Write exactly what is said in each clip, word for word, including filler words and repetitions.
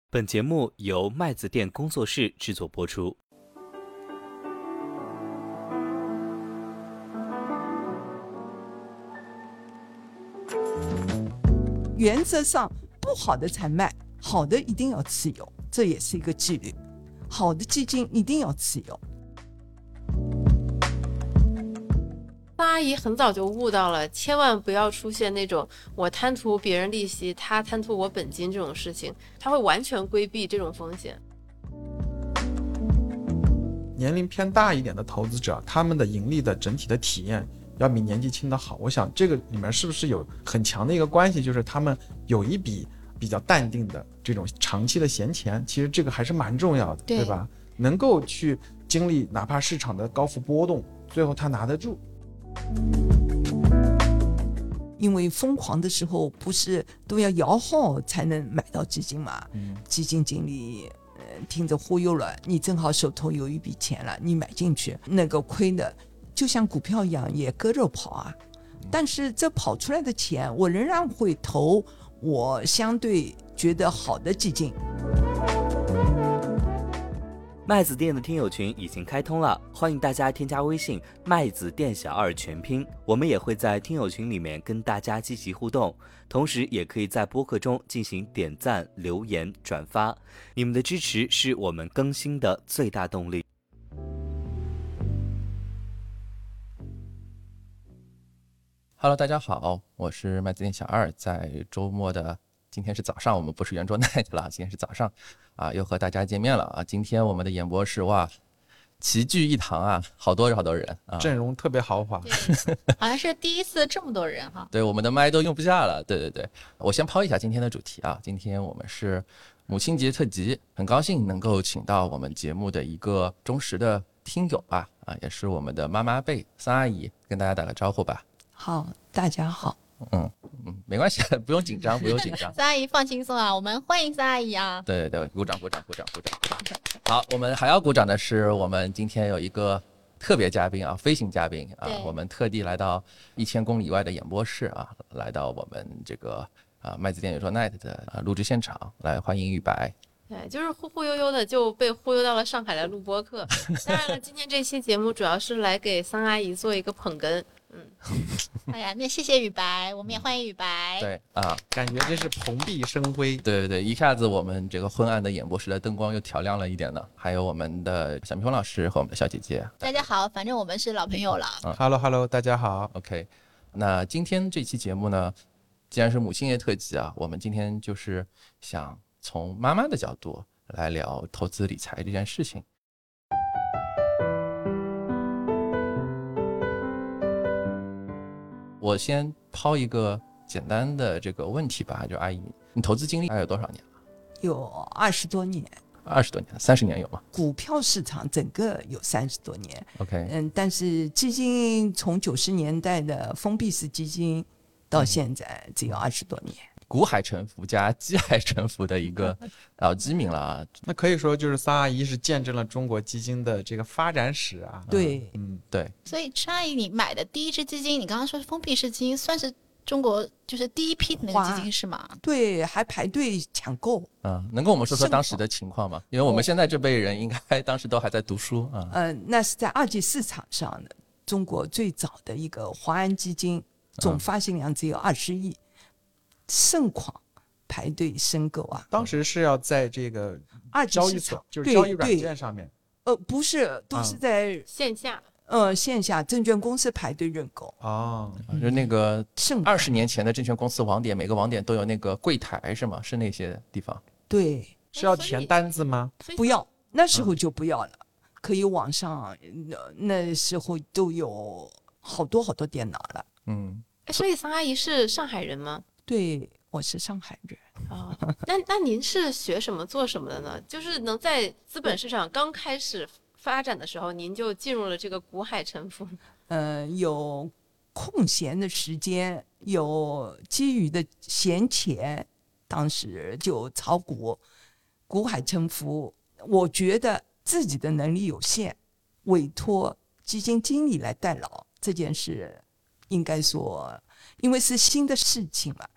本节目由麦子店工作室制作播出。 原则上不好的才卖，好的一定要持有，这也是一个纪律。好的基金一定要持有。 方阿姨很早就悟到了，千万不要出现那种我贪图别人利息，他贪图我本金这种事情，他会完全规避这种风险。 年龄偏大一点的投资者，他们的盈利的整体的体验要比年纪轻的好。我想这个里面是不是有很强的一个关系，就是他们有一笔比较淡定的这种长期的闲钱，其实这个还是蛮重要的， 对, 对吧？能够去经历哪怕市场的高幅波动，最后他拿得住。 因为疯狂的时候不是都要摇号才能买到基金嘛、嗯、基金经理、呃、听着忽悠了，你正好手头有一笔钱了，你买进去，那个亏的就像股票一样也割肉跑啊、嗯、但是这跑出来的钱我仍然会投我相对觉得好的基金。 麦子店的听友群已经开通了，欢迎大家添加微信麦子店小二全拼，我们也会在听友群里面跟大家积极互动，同时也可以在播客中进行点赞、留言、转发，你们的支持是我们更新的最大动力。 Hello， 大家好，我是麦子店小二，在周末的今天是早上，我们不是圆桌 night 了，今天是早上啊，又和大家见面了啊！今天我们的演播室哇，齐聚一堂啊，好多好多人啊， 阵容特别豪华， 好像是第一次这么多人哈。 对，我们的麦都用不下了，对对对。我先抛一下今天的主题啊，今天我们是母亲节特辑，很高兴能够请到我们节目的一个忠实的听友吧，啊，也是我们的妈妈辈桑阿姨，跟大家打个招呼吧。 好，大家好。 嗯嗯，没关系，不用紧张，不用紧张。 三阿姨放轻松啊，我们欢迎三阿姨啊！ 对对对，鼓掌鼓掌鼓掌鼓掌！好，我们还要鼓掌的是，我们今天有一个特别嘉宾啊，飞行嘉宾啊，我们特地来到一千公里外的演播室啊，来到我们这个啊麦子店有说 night 的啊录制现场，来欢迎雨白。 对，就是忽忽悠悠的就被忽悠到了上海来录播客。当然了，今天这期节目主要是来给桑阿姨做一个捧哏。嗯， 哎呀，那谢谢雨白，我们也欢迎雨白。 对啊， 感觉这是蓬荜生辉。 对对对，一下子我们这个昏暗的演播室的灯光又调亮了一点呢。还有我们的小蜜蜂老师和我们的小姐姐。 大家好，反正我们是老朋友了。 嗯、 Hello Hello， 大家好。 OK， 那今天这期节目呢，既然是母亲节特辑啊，我们今天就是想从妈妈的角度来聊投资理财这件事情。我先抛一个简单的这个问题吧，就阿姨，你投资经历大概有多少年了？ 有二十多年。 二十多年，三十年有吗？ 股票市场整个有三十多年。 OK， 嗯，但是基金从九十年代的封闭式基金到现在只有二十多年。 股海沉浮加基海沉浮的一个老基民了啊！ 那可以说就是桑阿姨是见证了中国基金的这个发展史啊。 对， 嗯，对。 所以沙阿姨，你买的第一支基金，你刚刚说是封闭式基金，算是中国就是第一批的那个基金是吗？ 对，还排队抢购。 嗯，能跟我们说说当时的情况吗？因为我们现在这辈人应该当时都还在读书啊。 嗯、呃，那是在二级市场上的中国最早的一个华安基金，总发行量只有二十亿。嗯，盛况排队申购啊！ 当时是要在这个交易所，就是交易软件上面。 呃，不是，都是在、 嗯、线下。 呃，线下证券公司排队认购。 哦， 就那个二十年前的证券公司网点，每个网点都有那个柜台是吗？是那些地方？ 对， 是要填单子吗？ 不要，那时候就不要了，嗯、可以网上，那时候都有好多好多电脑了。 嗯， 所以桑阿姨是上海人吗？ 对，我是上海人。 哦，那那您是学什么做什么的呢？就是能在资本市场刚开始发展的时候，您就进入了这个股海沉浮。 呃，有空闲的时间，有基于的闲钱，当时就炒股，股海沉浮。我觉得自己的能力有限，委托基金经理来代劳这件事，应该说因为是新的事情嘛，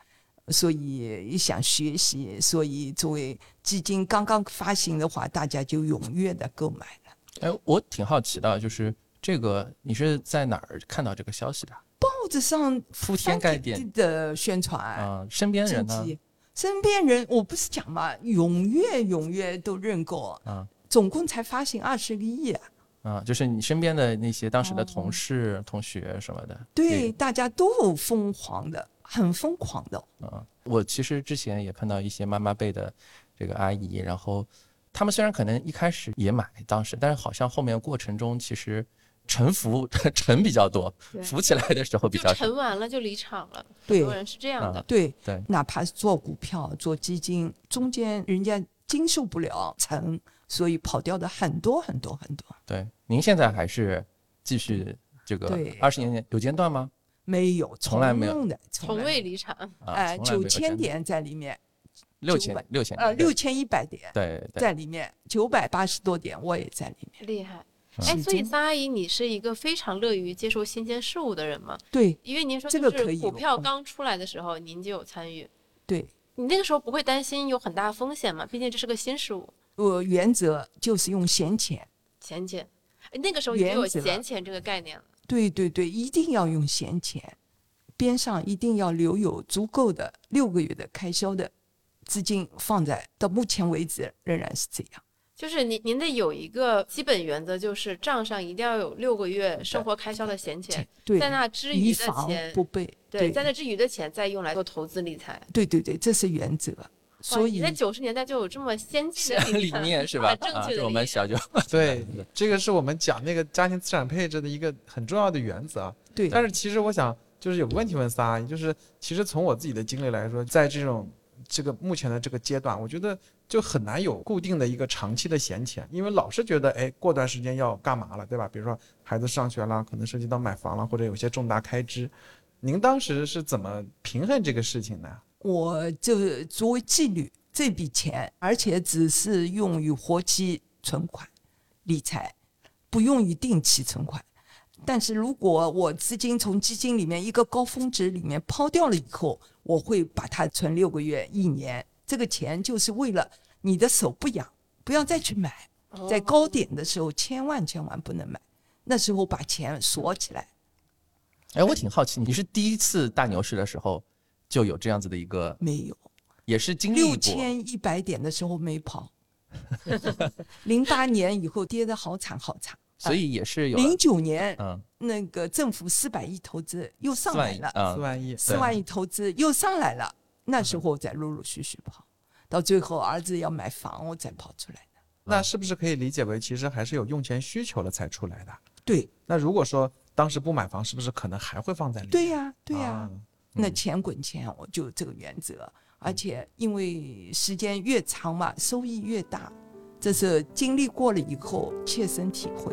所以想学习，所以作为基金刚刚发行的话，大家就踊跃的购买了。 哎，我挺好奇的，就是这个你是在哪儿看到这个消息的？ 报纸上铺天盖地的宣传啊、呃，身边人呢？ 身边人我不是讲嘛，踊跃踊跃都认购啊，总共才发行二十个亿啊。 啊，就是你身边的那些当时的同事、哦、同学什么的， 对，大家都疯狂的，很疯狂的。 啊，我其实之前也看到一些妈妈辈的这个阿姨，然后他们虽然可能一开始也买当时，但是好像后面过程中其实沉浮沉比较多，浮起来的时候比较沉完了就离场了。 对， 很多人是这样的。 啊、对对， 哪怕是做股票、做基金，中间人家经受不了沉。所以跑掉的很多很多很多。 对，您现在还是继续这个二十年前有间断吗？ 没有， 从来没有的， 从未离场。 哎，九千点在里面， 六千六千呃六千一百点， 对， 在里面九百八十多点我也在里面， 厉害。哎，所以桑阿姨，你是一个非常乐于接受新鲜事物的人吗？ 对， 因为您说这个可以， 股票刚出来的时候，您就有参与。 对， 你那个时候不会担心有很大风险吗？毕竟这是个新事物。 我原则就是用闲钱， 闲钱，那个时候已经有闲钱这个概念了。 对对对，一定要用闲钱，边上一定要留有足够的六个月的开销的资金放在，到目前为止仍然是这样。 就是您您得有一个基本原则，就是账上一定要有六个月生活开销的闲钱， 对， 在那之余的钱不备， 对，在那之余的钱再用来做投资理财。 对对对，这是原则。所以你在九十年代就有这么先进的理念是吧？ 正确的、 啊、我们小就对，这个是我们讲那个家庭资产配置的一个很重要的原则。 对， 但是其实我想就是有个问题问仨阿姨，就是其实从我自己的经历来说，在这种这个目前的这个阶段，我觉得就很难有固定的一个长期的闲钱，因为老是觉得哎，过段时间要干嘛了，对吧？比如说孩子上学了，可能涉及到买房了，或者有些重大开支。您当时是怎么平衡这个事情呢？ 我就作为纪律。这笔钱，而且只是用于活期存款理财，不用于定期存款。但是如果我资金从基金里面一个高峰值里面抛掉了以后，我会把它存六个月、一年。这个钱就是为了你的手不痒，不要再去买。在高点的时候，千万千万不能买。那时候把钱锁起来。 哎，我挺好奇，你是第一次大牛市的时候就有这样子的一个？ 没有。 也是经历过六千一百点的时候没跑，零八年以后跌得好惨好惨， 所以也是有零九年， 嗯， 那个政府四百亿投资又上来了， 四万亿， 四万亿投资又上来了，那时候再陆陆续续跑，到最后儿子要买房，我才跑出来的。 那是不是可以理解为，其实还是有用钱需求了才出来的？ 对。 那如果说当时不买房，是不是可能还会放在里面？ 对呀、啊，对呀、 啊嗯，那钱滚钱，我就这个原则。而且因为时间越长嘛，收益越大，这是经历过了以后切身体会。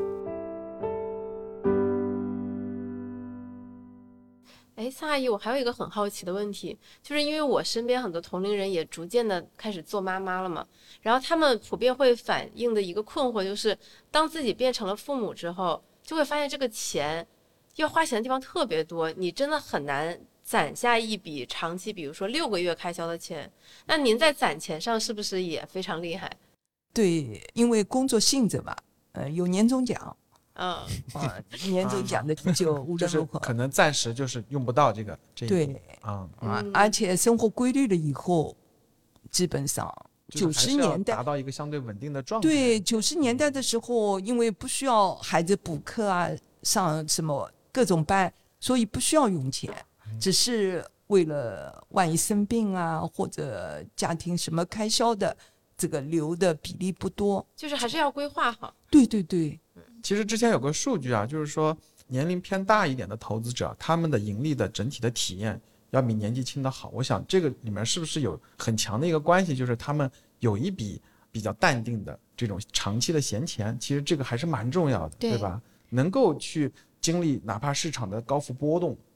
哎，桑阿姨，我还有一个很好奇的问题，就是因为我身边很多同龄人也逐渐的开始做妈妈了嘛，然后他们普遍会反映的一个困惑就是，当自己变成了父母之后，就会发现这个钱要花钱的地方特别多，你真的很难攒下一笔长期，比如说六个月开销的钱。那您在攒钱上是不是也非常厉害？ 对，因为工作性质嘛，呃，有年终奖， 嗯， 啊，年终奖的就无论如何， 可能暂时就是用不到这个这一对啊、 嗯啊，而且生活规律了以后，基本上九十年代达到一个相对稳定的状态。 对，九十年代的时候，因为不需要孩子补课啊，上什么各种班，所以不需要用钱。只是为了万一生病啊，或者家庭什么开销的，这个留的比例不多， 就是还是要规划好。 对对对， 其实之前有个数据啊，就是说年龄偏大一点的投资者，他们的盈利的整体的体验要比年纪轻的好。我想这个里面是不是有很强的一个关系，就是他们有一笔比较淡定的这种长期的闲钱，其实这个还是蛮重要的， 对, 对吧？能够去经历哪怕市场的高幅波动，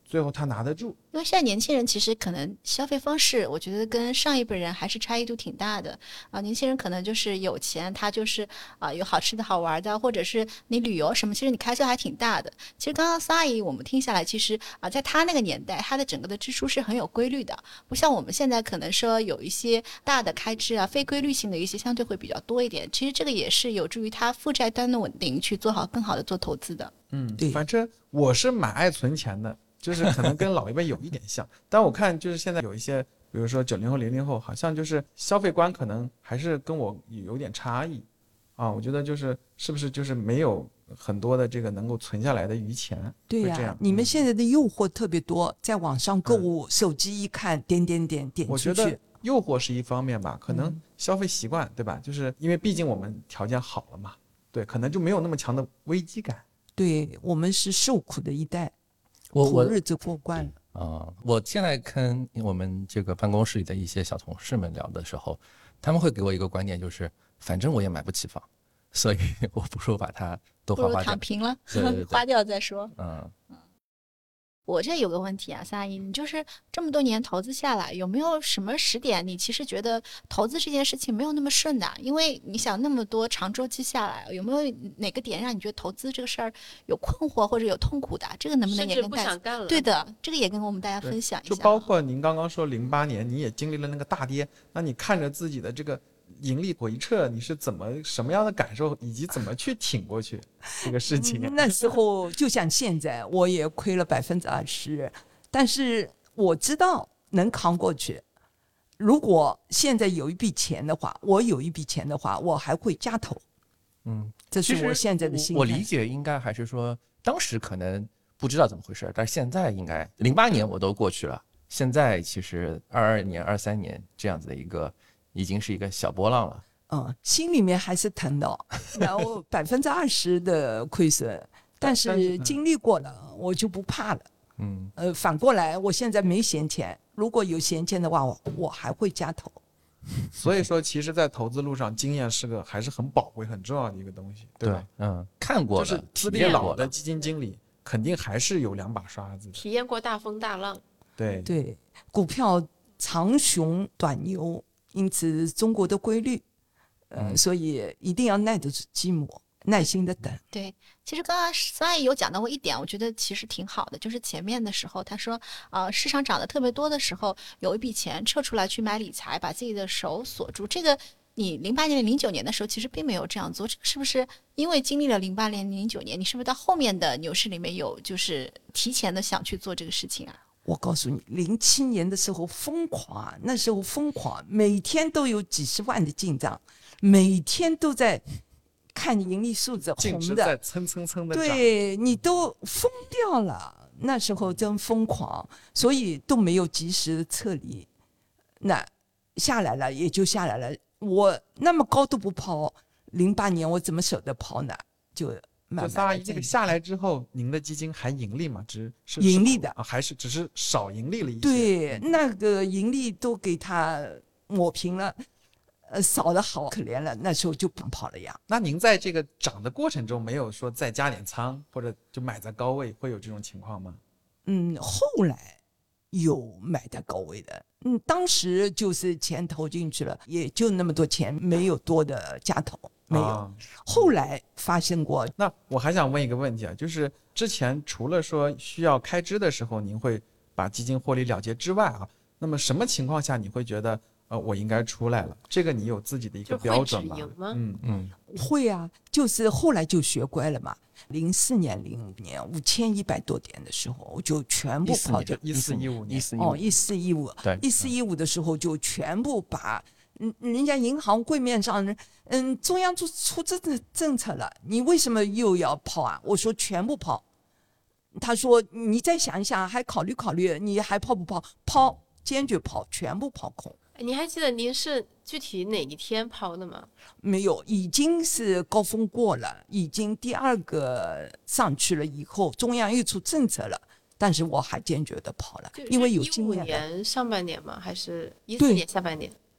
最后他拿得住。 因为现在年轻人其实可能消费方式，我觉得跟上一辈人还是差异度挺大的啊。年轻人可能就是有钱，他就是啊有好吃的好玩的，或者是你旅游什么，其实你开销还挺大的。其实刚刚萨阿姨我们听下来，其实啊在他那个年代，他的整个的支出是很有规律的，不像我们现在可能说有一些大的开支啊，非规律性的一些相对会比较多一点。其实这个也是有助于他负债端的稳定，去做好更好的做投资的。 嗯， 对， 反正我是蛮爱存钱的。就是可能跟老一辈有一点像，但我看就是现在有一些，比如说九零后、零零后，好像就是消费观可能还是跟我有点差异啊。我觉得就是是不是就是没有很多的这个能够存下来的余钱？ 对呀、 啊， 你们现在的诱惑特别多，在网上购物，嗯、手机一看，点点点点出去。 我觉得诱惑是一方面吧，可能消费习惯、嗯、对吧？就是因为毕竟我们条件好了嘛，对，可能就没有那么强的危机感。 对，我们是受苦的一代。 我我苦日子过惯了啊、呃！我现在跟我们这个办公室里的一些小同事们聊的时候，他们会给我一个观点，就是反正我也买不起房，所以我不如把它都花花掉， 不如躺平了， 对对对花掉再说。 嗯嗯。 我这有个问题啊，萨阿姨，你就是这么多年投资下来，有没有什么时点你其实觉得投资这件事情没有那么顺的？因为你想那么多长周期下来，有没有哪个点让你觉得投资这个事儿有困惑或者有痛苦的？这个能不能也跟大家？ 甚至不想干了。 对的，这个也跟我们大家分享一下。 就包括您刚刚说零八年你也经历了那个大跌，那你看着自己的这个盈利回撤，你是怎么什么样的感受，以及怎么去挺过去这个事情？ 嗯、那时候就像现在，我也亏了百分之二十，但是我知道能扛过去。如果现在有一笔钱的话，我有一笔钱的话，我还会加投。 嗯， 这是我现在的心态。 我理解应该还是说，当时可能不知道怎么回事，但是现在应该零八年我都过去了，现在其实二二年、二三年这样子的一个。已经是一个小波浪了， 嗯，心里面还是疼的，然后百分之二十的亏损，但是经历过了，我就不怕了。 嗯， 呃，反过来，我现在没闲钱，如果有闲钱的话，我我还会加投。 所以说，其实，在投资路上，经验是个还是很宝贵、很重要的一个东西，对吧？ 对嗯，看过了， 就是资历老的基金经理，肯定还是有两把刷子， 体验过大风大浪。 对对，股票长熊短牛。因此中国的规律呃、嗯，所以一定要耐得住寂寞，耐心的等。 对，其实刚刚孙阿姨有讲到过一点，我觉得其实挺好的，就是前面的时候她说呃，市场涨得特别多的时候，有一笔钱撤出来去买理财，把自己的手锁住。这个你零八年零九年的时候其实并没有这样做，这个是不是因为经历了零八年零九年，你是不是到后面的牛市里面有就是提前的想去做这个事情啊？ 我告诉你，零七年的时候疯狂，那时候疯狂，每天都有几十万的进账，每天都在看盈利数字红的， 在蹭蹭蹭的涨， 对你都疯掉了。那时候真疯狂，所以都没有及时的撤离。那下来了也就下来了，我那么高都不抛，零八年我怎么舍得抛呢？就。 就萨阿姨这个下来之后，您的基金还盈利吗？只是盈利的、 啊，还是只是少盈利了一些？ 对，那个盈利都给它抹平了，呃，少的好可怜了。那时候就不跑了呀。 那您在这个涨的过程中，没有说再加点仓，或者就买在高位，会有这种情况吗？ 嗯，后来有买在高位的，嗯，当时就是钱投进去了，也就那么多钱，没有多的加投。没有、啊，后来发生过。 那我还想问一个问题啊，就是之前除了说需要开支的时候，您会把基金获利了结之外啊，那么什么情况下你会觉得呃我应该出来了？这个你有自己的一个标准吧？ 嗯嗯，会啊，就是后来就学乖了嘛。零四年、零五年五千一百多点的时候，我就全部跑掉。 一四一五年， 哦，一四一五， 对， 一四一五的时候就全部把。嗯，人家银行柜面上，嗯，中央出出这政策了，你为什么又要抛啊？我说全部抛。他说你再想一想，还考虑考虑，你还抛不抛？抛，坚决抛，全部抛空。 你还记得您是具体哪一天抛的吗？ 没有，已经是高峰过了，已经第二个上去了以后，中央又出政策了。但是我还坚决的抛了，因为有经验。 一五年上半年吗？还是一四年下半年？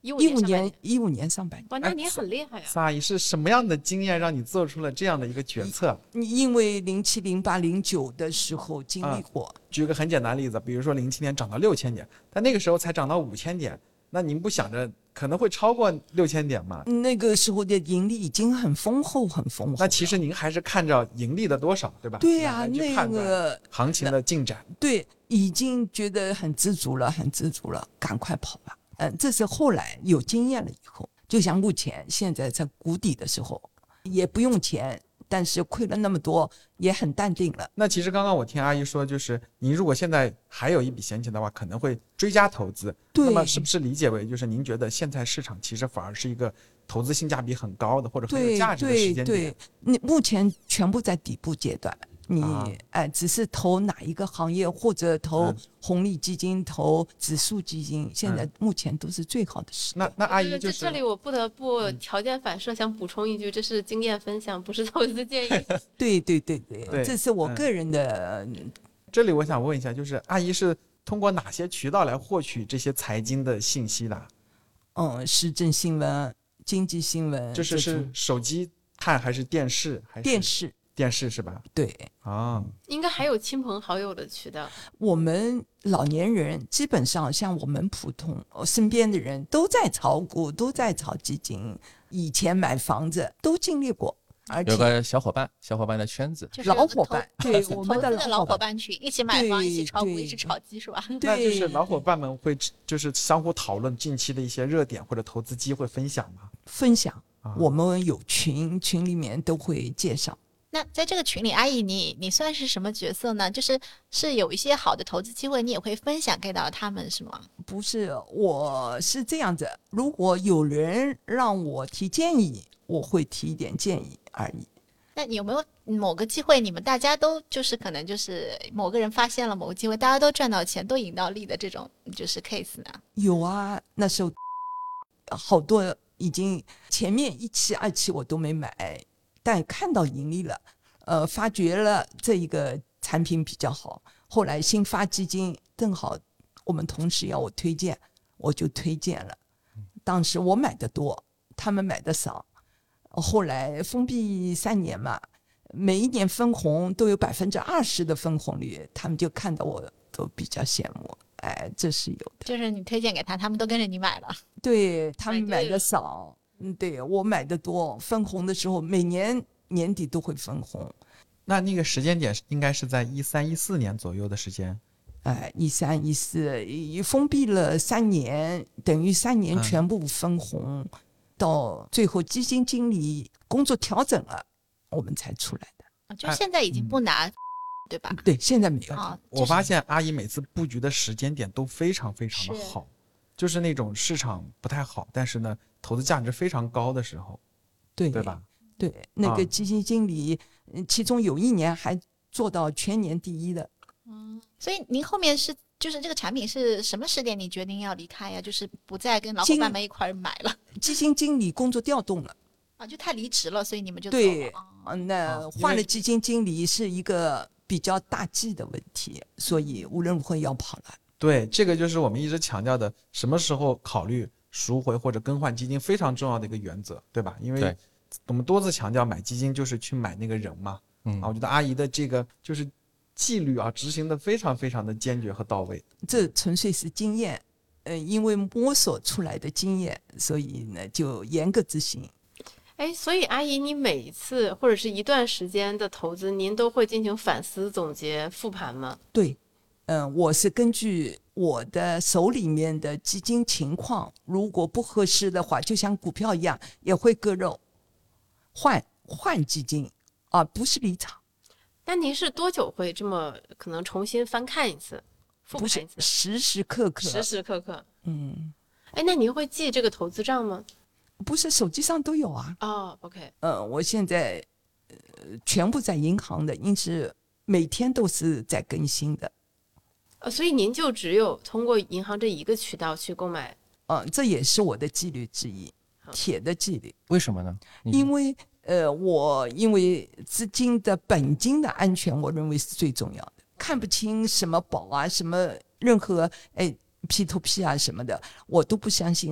一五一五年年上半年， 一五年上半年， 哇，那你很厉害呀、 萨阿姨是什么样的经验让你做出了这样的一个决策？ 因为零七、零八、零九的时候经历过。 举个很简单的例子，比如说零七年涨到六千点，但那个时候才涨到五千点，那您不想着可能会超过六千点吗？ 那个时候的盈利已经很丰厚，很丰厚了。 那其实您还是看着盈利的多少，对吧？ 对呀、 来去那判断个行情的进展。 对，已经觉得很知足了，很知足了，赶快跑吧。嗯，这是后来有经验了以后，就像目前现在在谷底的时候，也不用钱，但是亏了那么多，也很淡定了。 那其实刚刚我听阿姨说，就是您如果现在还有一笔闲钱的话，可能会追加投资。 对， 那么是不是理解为就是您觉得现在市场其实反而是一个投资性价比很高的或者很有价值的时间点？ 对对对，你目前全部在底部阶段。你啊哎，只是投哪一个行业，或者投嗯红利基金、投指数基金，现在目前都是最好的时那段。 那阿姨这就是这里我不得不条件反射想补充一句，这是经验分享，不是投资建议。 对对对对， 对这是我嗯个人的。 这里我想问一下，就是阿姨是通过哪些渠道来获取这些财经的信息的？ 嗯，时政新闻、经济新闻， 就是是这种手机看还是电视？还是电视。 电视是吧？ 对， 啊， 应该还有亲朋好友的渠道。 我们老年人基本上像我们普通呃身边的人都在炒股，都在炒基金，以前买房子都经历过，而且有个小伙伴，小伙伴的圈子， 就是老伙伴，对我们投资的老伙老伙伴， 伴群，一起买房， 对一起炒股， 对一起炒鸡，是吧？ 那对， 就是老伙伴们会就是相互讨论近期的一些热点或者投资机会分享吗？ 分享啊， 我们有群，群里面都会介绍。 那在这个群里，阿姨你你算是什么角色呢？就是是有一些好的投资机会，你也会分享给到他们，是吗？ 不是，我是这样子，如果有人让我提建议，我会提一点建议而已。 那你有没有某个机会，你们大家都就是可能就是某个人发现了某个机会，大家都赚到钱，都赢到利的这种就是 case 呢？ 有啊，那时候好多已经前面一期二期我都没买，但看到盈利了，呃，发觉了这一个产品比较好，后来新发基金正好我们同事要我推荐，我就推荐了。当时我买的多，他们买的少，后来封闭三年嘛，每一年分红都有百分之二十的分红率，他们就看到我都比较羡慕。哎，这是有的。 就是你推荐给他，他们都跟着你买了。 对，他们买的买对了少，嗯，对，我买的多。分红的时候，每年年底都会分红。 那那个时间点应该是在一三一四年左右的时间。 哎，一三一四封闭了三年，等于三年嗯全部分红，到最后基金经理工作调整了，我们才出来的。 啊就现在已经不拿，对吧？ 对，现在没有。 啊， 我发现阿姨每次布局的时间点都非常非常的是好，就是那种市场不太好，但是呢投资价值非常高的时候， 对对吧？ 对，那啊个基金经理，嗯其中有一年还做到全年第一的。 所以您后面是就是这个产品是什么时点你决定要离开呀？就是不再跟老伙伴们一块儿买了基金经理工作调动了。 啊？就他离职了，所以你们就走对了。啊啊，那啊因为换了基金经理是一个比较大忌的问题，所以无论如何要跑了。 对，这个就是我们一直强调的，什么时候考虑赎回或者更换基金非常重要的一个原则，对吧？因为对我们多次强调，买基金就是去买那个人嘛。 嗯啊，我觉得阿姨的这个就是纪律啊，执行的非常非常的坚决和到位。 这纯粹是经验，呃，因为摸索出来的经验，所以呢就严格执行。 哎，所以阿姨，你每一次或者是一段时间的投资，您都会进行反思、总结、复盘吗？ 对，嗯、我是根据我的手里面的基金情况，如果不合适的话，就像股票一样，也会割肉，换换基金，啊，不是离场。 那您是多久会这么可能重新翻看一次、复不是盘一次？ 时时刻刻， 时时刻刻。 嗯， 哎，那您会记这个投资账吗？ 不是手机上都有啊。 哦，OK， 呃，我现在呃全部在银行的，因此每天都是在更新的。 呃，所以您就只有通过银行这一个渠道去购买。 嗯、这也是我的纪律之一，铁的纪律。 为什么呢？你因为呃，我因为资金的本金的安全，我认为是最重要的。看不清什么保啊，什么任何哎 P to P 啊什么的，我都不相信的。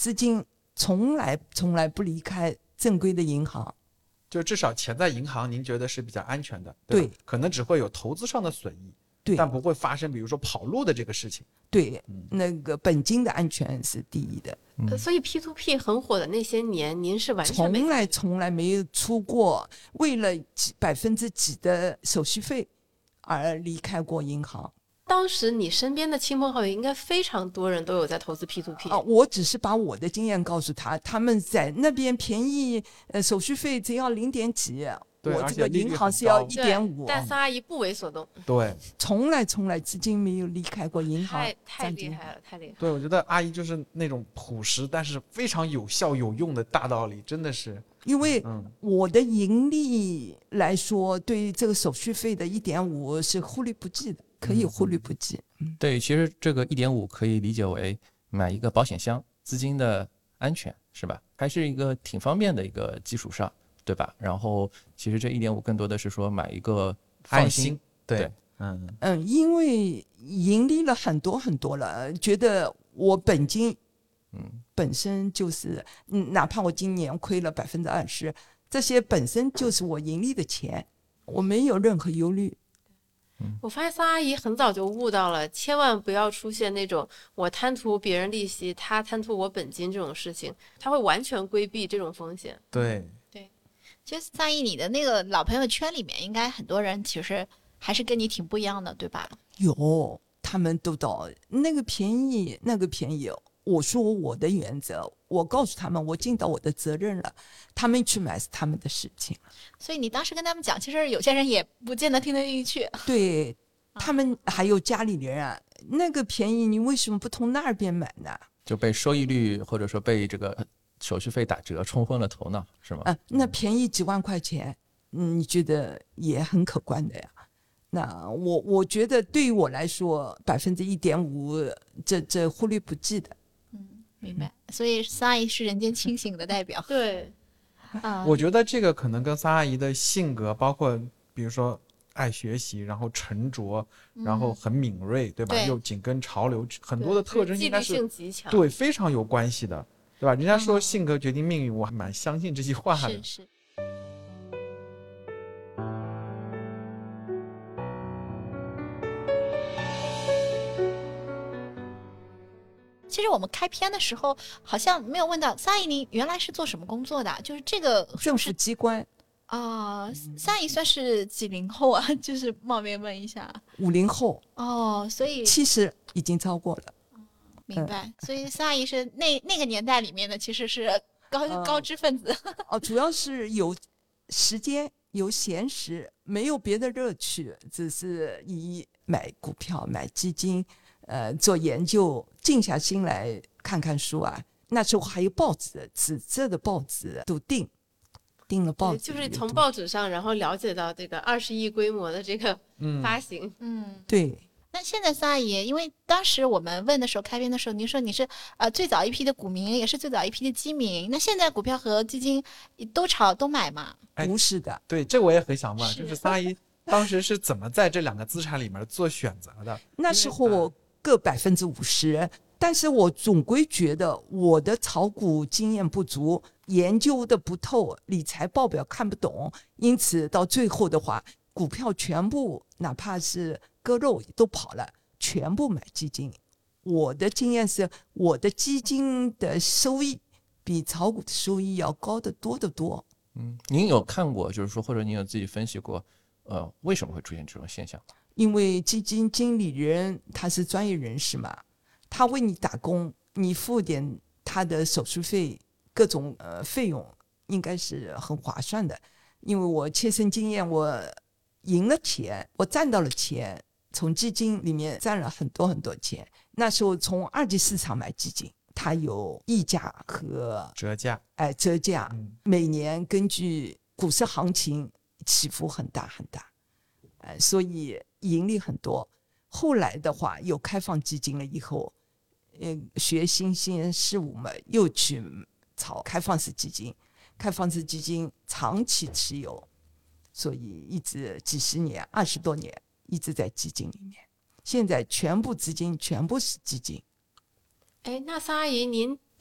资金从来从来不离开正规的银行。 就至少钱在银行，您觉得是比较安全的，对吧？ 对， 可能只会有投资上的损益， 对， 但不会发生比如说跑路的这个事情。 对， 嗯、 那个本金的安全是第一的。 呃所以 P to P 很火的那些年，您是完全没从来从来没有出过为了几百分之几的手续费而离开过银行。 当时你身边的亲朋好友应该非常多人都有在投资 P to P 啊，我只是把我的经验告诉他，他们在那边便宜，呃，手续费只要零点几， 对， 我这个银行是要要一点五。 但桑阿姨不为所动， 对， 从来从来资金没有离开过银行， 太太厉害了，太厉害了。 对，我觉得阿姨就是那种朴实但是非常有效有用的大道理，真的是。 因为嗯我的盈利来说，对于这个手续费的一点五是忽略不计的，可以忽略不计。嗯， 对，其实这个一点五可以理解为买一个保险箱，资金的安全是吧？还是一个挺方便的一个基础上，对吧？然后其实这一点五更多的是说买一个放心， 心对对嗯嗯，因为盈利了很多很多了，觉得我本金嗯本身就是，嗯，哪怕我今年亏了百分之二十，这些本身就是我盈利的钱，我没有任何忧虑。 我发现桑阿姨很早就悟到了，千万不要出现那种我贪图别人利息，他贪图我本金这种事情，他会完全规避这种风险。 对， 其实桑阿姨，你的那个老朋友圈里面，应该很多人其实还是跟你挺不一样的，对吧？ 有，他们都到那个便宜，那个便宜。我说我的原则，我告诉他们，我尽到我的责任了，他们去买是他们的事情。 所以你当时跟他们讲，其实有些人也不见得听得进去。 对，他们还有家里人啊，那个便宜你为什么不从那边买呢？ 就被收益率或者说被这个手续费打折冲昏了头脑，是吗？ 啊，那便宜几万块钱，嗯，你觉得也很可观的呀。那我我觉得对于我来说，百分之一点五，这这忽略不计的。 明白。所以桑阿姨是人间清醒的代表对， 啊。 我觉得这个可能跟桑阿姨的性格，包括比如说爱学习，然后沉着，然后很敏锐，对吧？ 对又紧跟潮流，很多的特征纪律应该是性极强。 对非常有关系的，对吧？人家说嗯性格决定命运，我还蛮相信这句话的。 是是。其实我们开篇的时候好像没有问到桑阿姨，您原来是做什么工作的？就是这个是政府不是机关， 啊？桑阿姨算是几零后啊？就是冒昧问一下。 五零后， 哦，所以七十已经超过了。 明白。所以桑阿姨是那那个年代里面的，其实是高嗯高知分子。 哦，主要是有时间，有闲时，没有别的乐趣，只是以买股票、买基金，呃，做研究，静下心来看看书啊。那时候还有报纸，纸质的报纸都订，订了报对， 纸， 就是从报纸上，然后了解到这个二十亿规模的这个发行。 嗯。 对。 那现在桑阿姨，因为当时我们问的时候，开篇的时候，您说你是呃最早一批的股民，也是最早一批的基民。那现在股票和基金都炒都买嘛？ 哎不是的， 对，这我也很想问， 是就是桑阿姨当时是怎么在这两个资产里面做选择的？ 那时候各百分之五十，但是我总归觉得我的炒股经验不足，研究的不透，理财报表看不懂，因此到最后的话，股票全部哪怕是割肉都跑了，全部买基金。我的经验是，我的基金的收益比炒股的收益要高得多得多。 嗯，您有看过，就是说，或者您有自己分析过，呃，为什么会出现这种现象？ 因为基金经理人他是专业人士嘛，他为你打工，你付点他的手续费，各种呃费用应该是很划算的。因为我切身经验，我赢了钱，我赚到了钱，从基金里面赚了很多很多钱。那时候从二级市场买基金，它有溢价和折价， 哎折价， 嗯每年根据股市行情起伏很大很大，呃，所以盈利很多。后来的话，有开放基金了以后，呃，学新鲜事物嘛，又去炒开放式基金，开放式基金长期持有，所以一直几十年、二十多年一直在基金里面。现在全部资金全部是基金。 哎，那桑阿姨，您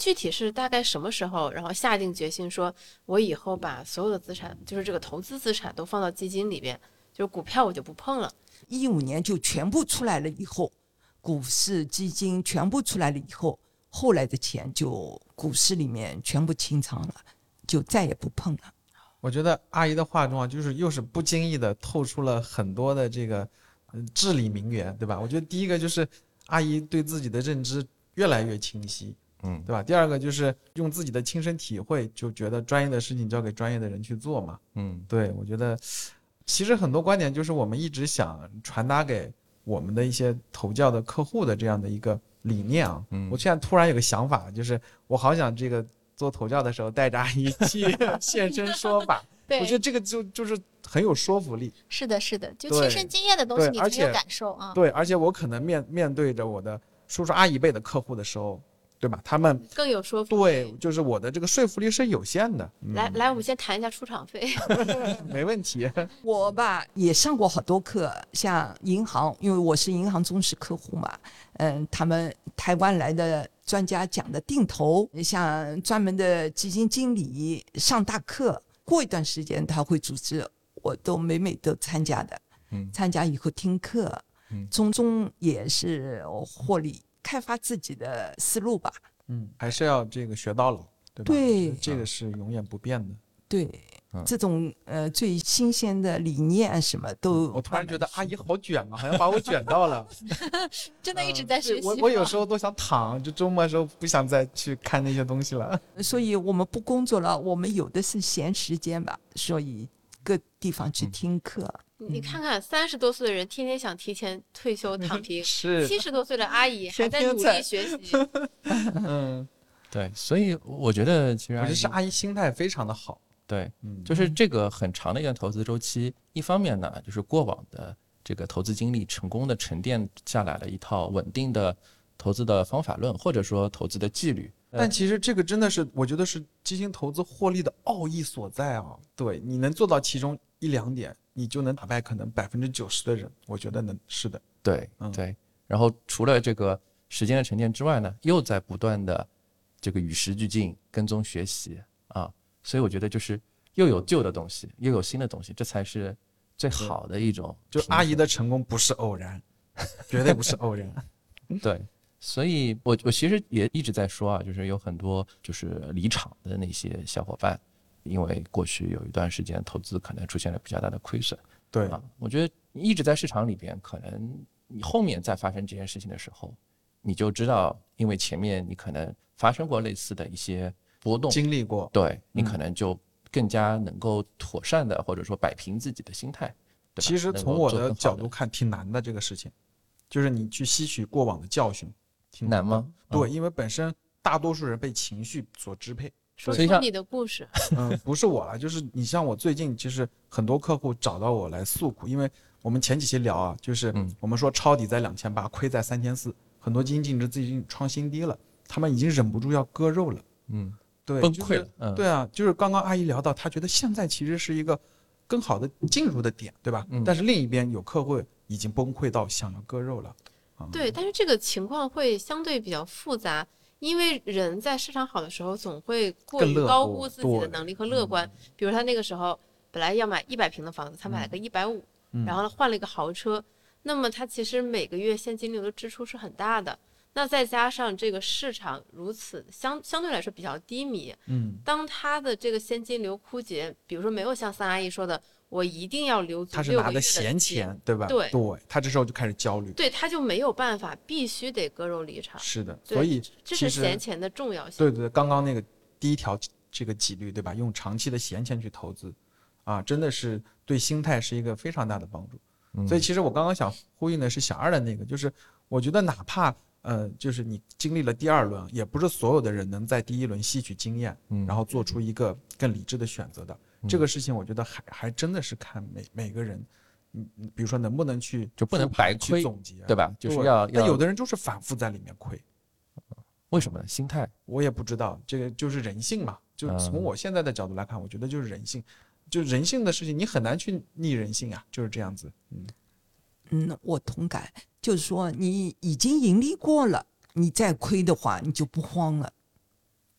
具体是大概什么时候，然后下定决心说，我以后把所有的资产，就是这个投资资产都放到基金里边，就是股票我就不碰了。 一五年就全部出来了以后，股市基金全部出来了以后，后来的钱就股市里面全部清仓了，就再也不碰了。 我觉得阿姨的话中啊，就是又是不经意的透出了很多的这个、呃、至理名言，对吧？我觉得第一个就是阿姨对自己的认知越来越清晰， 嗯， 对吧？第二个就是用自己的亲身体会，就觉得专业的事情交给专业的人去做嘛。 嗯， 对，我觉得其实很多观点就是我们一直想传达给我们的一些投教的客户的这样的一个理念啊。 嗯， 我现在突然有个想法，就是我好想这个做投教的时候带着阿姨去现身说法。 对， 我觉得这个就就是很有说服力。 是的，是的，就对亲身经验的东西， 对而且你才有感受啊。 对，而且我可能面面对着我的叔叔阿姨辈的客户的时候，对吧？他们更有说服力。 对，就是我的这个说服力是有限的。嗯、 来来，我们先谈一下出场费。 没问题。 我吧也上过好多课，像银行，因为我是银行忠实客户嘛，嗯，他们台湾来的专家讲的定投，像专门的基金经理上大课，过一段时间他会组织，我都每每都参加的。 嗯， 参加以后听课， 嗯， 从中也是获利，开发自己的思路吧。 嗯，还是要这个学到老，对吧？ 对， 这个是永远不变的。 对， 嗯、 这种呃最新鲜的理念什么都， 我突然觉得阿姨好卷啊，好像把我卷到了。 真的一直在学习、 嗯、我我有时候都想躺，就周末的时候不想再去看那些东西了。 所以我们不工作了，我们有的是闲时间吧，所以各地方去听课。 嗯、你看看三十多岁的人天天想提前退休躺平， 是七十多岁的阿姨还在努力学习。 嗯， 对，所以我觉得其实我觉得是阿姨心态非常的好。 对， 嗯， 就是这个很长的一个投资周期，一方面呢，就是过往的这个投资经历成功的沉淀下来了一套稳定的投资的方法论，或者说投资的纪律。 但其实这个真的是，我觉得是基金投资获利的奥义所在啊。对，你能做到其中一两点，你就能打败可能百分之九十的人。我觉得能是的。 对， 嗯， 对。然后除了这个时间的沉淀之外呢，又在不断的这个与时俱进、跟踪学习啊。所以我觉得就是又有旧的东西，又有新的东西，这才是最好的一种。 就阿姨的成功不是偶然，绝对不是偶然。 对。所以我我其实也一直在说啊，就是有很多就是离场的那些小伙伴，因为过去有一段时间投资可能出现了比较大的亏损。 对啊，我觉得一直在市场里边，可能你后面再发生这件事情的时候，你就知道，因为前面你可能发生过类似的一些波动， 经历过， 对你可能就更加能够妥善的，或者说摆平自己的心态。对吧？ 其实从我的角度的看，挺难的这个事情，就是你去吸取过往的教训。挺难吗？ 对，因为本身大多数人被情绪所支配。 说出你的故事。 嗯，不是我了，就是你像我最近，其实很多客户找到我来诉苦，因为我们前几期聊啊，就是我们说抄底在两千八，亏在三千四，很多基金净值自己创新低了，他们已经忍不住要割肉了。 嗯， 对， 崩溃了。 就是嗯， 对啊，就是刚刚阿姨聊到，她觉得现在其实是一个更好的进入的点，对吧？ 嗯， 但是另一边有客户已经崩溃到想要割肉了。 对，但是这个情况会相对比较复杂，因为人在市场好的时候总会过于高估自己的能力和乐观。比如他那个时候本来要买一百平的房子，他买了个一百五，然后换了一个豪车，那么他其实每个月现金流的支出是很大的。那再加上这个市场如此相相对来说比较低迷， 嗯， 当他的这个现金流枯竭，比如说没有像三阿姨说的，我一定要留足他是拿的闲钱，对吧？ 对对，他这时候就开始焦虑， 对，他就没有办法，必须得割肉离场。 是的，所以这是闲钱的重要性。 对对，刚刚那个第一条这个纪律，对吧？用长期的闲钱去投资，啊，真的是对心态是一个非常大的帮助。 嗯、 所以其实我刚刚想呼应的是小二的那个，就是我觉得哪怕呃，就是你经历了第二轮，也不是所有的人能在第一轮吸取经验， 嗯， 然后做出一个更理智的选择的。嗯、这个事情，我觉得还还真的是看每每个人，嗯，比如说能不能去就不能白亏总结， 对吧？就是要， 但有的人就是反复在里面亏， 为什么呢？心态， 我也不知道，这个就是人性嘛。就从我现在的角度来看，我觉得就是人性，就人性的事情，你很难去逆人性啊，就是这样子。嗯嗯，我同感。就是说你已经盈利过了，你再亏的话你就不慌了。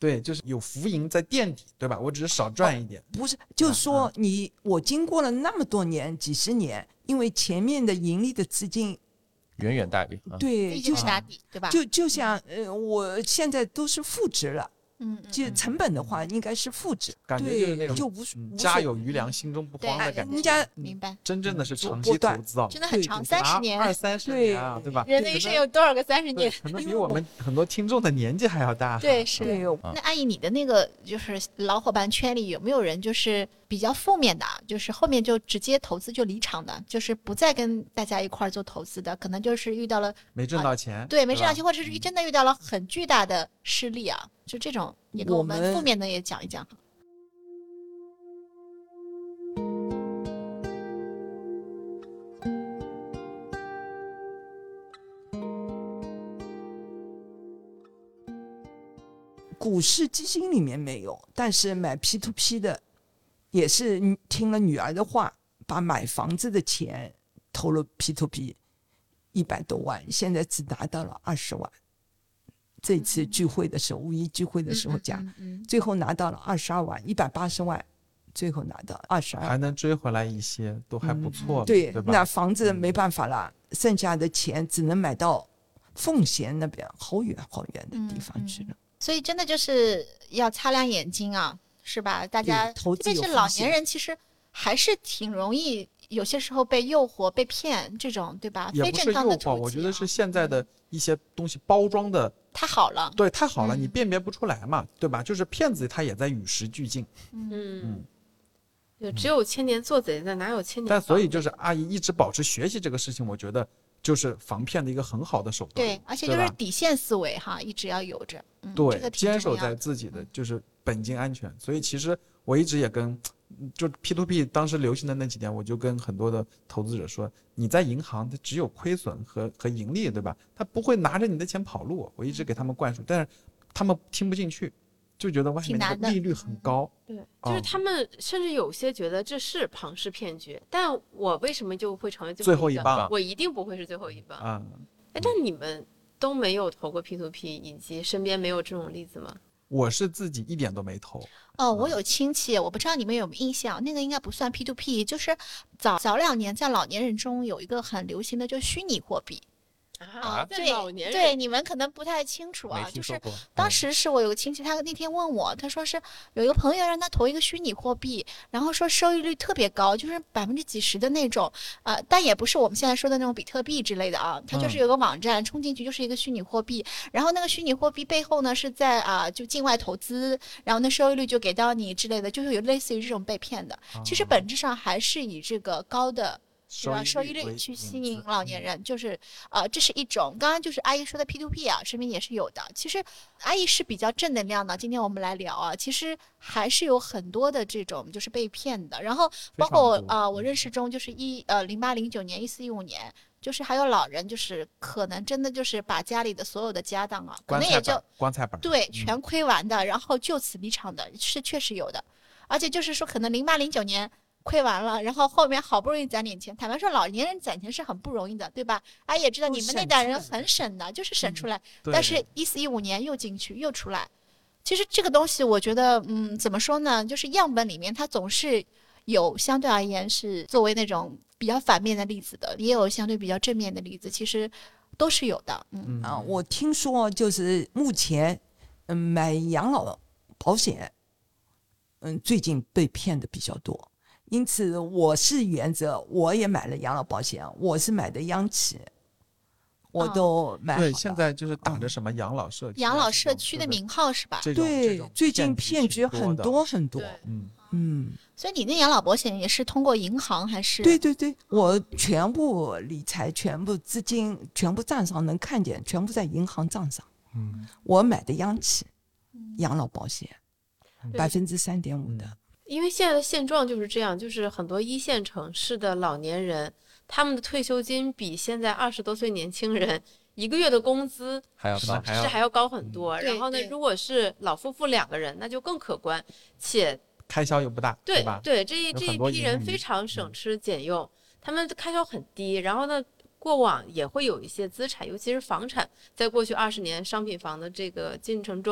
对，就是有浮盈在垫底，对吧？我只是少赚一点。 哦、不是，就是说你、嗯、我经过了那么多年几十年，因为前面的盈利的资金远远大于、 啊、对， 就是打底，对吧？ 就就像呃，我现在都是负值了。 嗯， 就成本的话，应该是负值， 感觉就是那种就无家有余粮，心中不慌的感觉。 人家明白， 真正的是长期投资啊， 真的很长，三十年、 二三十年啊，对吧？ 人的一生有多少个三十年？ 可能比我们很多听众的年纪还要大。 对，是。 那阿姨，你的那个就是老伙伴圈里有没有人就是比较负面的，就是后面就直接投资就离场的，就是不再跟大家一块做投资的，可能就是遇到了没挣到钱， 对，没挣到钱，或者是真的遇到了很巨大的失利啊，就这种。也跟我们负面的也讲一讲。 股市基金里面没有，但是买 P to P 的也是听了女儿的话，把买房子的钱投了 P to P 一百多万，现在只拿到了二十万。这次聚会的时候，五一聚会的时候讲， 嗯嗯嗯、 最后拿到了二十二万，一百八十万，最后拿到二十二， 还能追回来一些，都还不错、嗯。 对， 对吧？ 那房子没办法了，嗯、剩下的钱只能买到奉贤那边好远好远的地方去了。嗯嗯、 所以真的就是要擦亮眼睛啊，是吧？大家特别是老年人，其实还是挺容易。有些时候被诱惑、被骗，这种对吧？ 也不是诱惑，我觉得是现在的一些东西包装的太好了， 对，太好了，嗯、你辨别不出来嘛，对吧？就是骗子他也在与时俱进。 嗯嗯，只有千年做贼的，哪有千年？ 但所以就是阿姨一直保持学习这个事情，我觉得就是防骗的一个很好的手段。 对，而且就是底线思维哈，一直要有着。嗯、 对， 这个坚守在自己的就是本金安全。所以其实我一直也跟。就 P to P 当时流行的那几年，我就跟很多的投资者说，你在银行它只有亏损和和盈利，对吧？他不会拿着你的钱跑路。我一直给他们灌输，但是他们听不进去，就觉得外面的利率很高。 对，就是他们甚至有些觉得这是庞氏骗局，但我为什么就会成为最后一棒？ 我一定不会是最后一棒啊！ 哎，但你们都没有投过 P to P， 以及身边没有这种例子吗？ 我是自己一点都没投。 哦，我有亲戚，我不知道你们有没有印象，那个应该不算 P to P， 就是早早两年在老年人中有一个很流行的，就是虚拟货币。 啊，对对，你们可能不太清楚啊，就是当时是我有个亲戚，他那天问我，他说是有一个朋友让他投一个虚拟货币，然后说收益率特别高，就是百分之几十的那种，呃，但也不是我们现在说的那种比特币之类的啊，他就是有个网站，冲进去就是一个虚拟货币，然后那个虚拟货币背后呢是在啊、呃、就境外投资，然后那收益率就给到你之类的，就是有类似于这种被骗的，其实本质上还是以这个高的。是吧？收益率去吸引老年人，就是呃，这是一种。刚刚就是阿姨说的 P to P 啊，身边也是有的。其实阿姨是比较正能量的。今天我们来聊啊，其实还是有很多的这种就是被骗的。然后包括啊、呃，我认识中就是一呃零八零九年、一四一五年，就是还有老人，就是可能真的就是把家里的所有的家当啊，可能也就棺材本对全亏完的，然后就此离场的，是确实有的。而且就是说，可能零八零九年。亏完了，然后后面好不容易攒点钱。坦白说，老年人攒钱是很不容易的，对吧？阿姨也知道你们那代人很省的，就是省出来。嗯、但是，一四一五年又进去又出来。其实这个东西，我觉得，嗯，怎么说呢？就是样本里面它总是有相对而言是作为那种比较反面的例子的，也有相对比较正面的例子，其实都是有的。嗯, 嗯啊，我听说就是目前，嗯，买养老保险，嗯，最近被骗的比较多。因此我是原则，我也买了养老保险，我是买的央企，我都买好了。 对，现在就是打着什么养老社区、 养老社区的名号是吧？ 对，最近骗局很多很多。 嗯嗯。 所以你那养老保险也是通过银行还是？ 对对对，我全部理财、全部资金、全部账上能看见，全部在银行账上。嗯。我买的央企养老保险，百分之三点五的。 因为现在的现状就是这样，就是很多一线城市的老年人，他们的退休金比现在二十多岁年轻人一个月的工资还要高， 是还要高很多。 嗯、 然后呢，如果是老夫妇两个人，那就更可观，且开销又不大， 对吧？ 对，这一这一批人非常省吃俭用，嗯、他们的开销很低。然后呢，过往也会有一些资产，尤其是房产，在过去二十年商品房的这个进程中。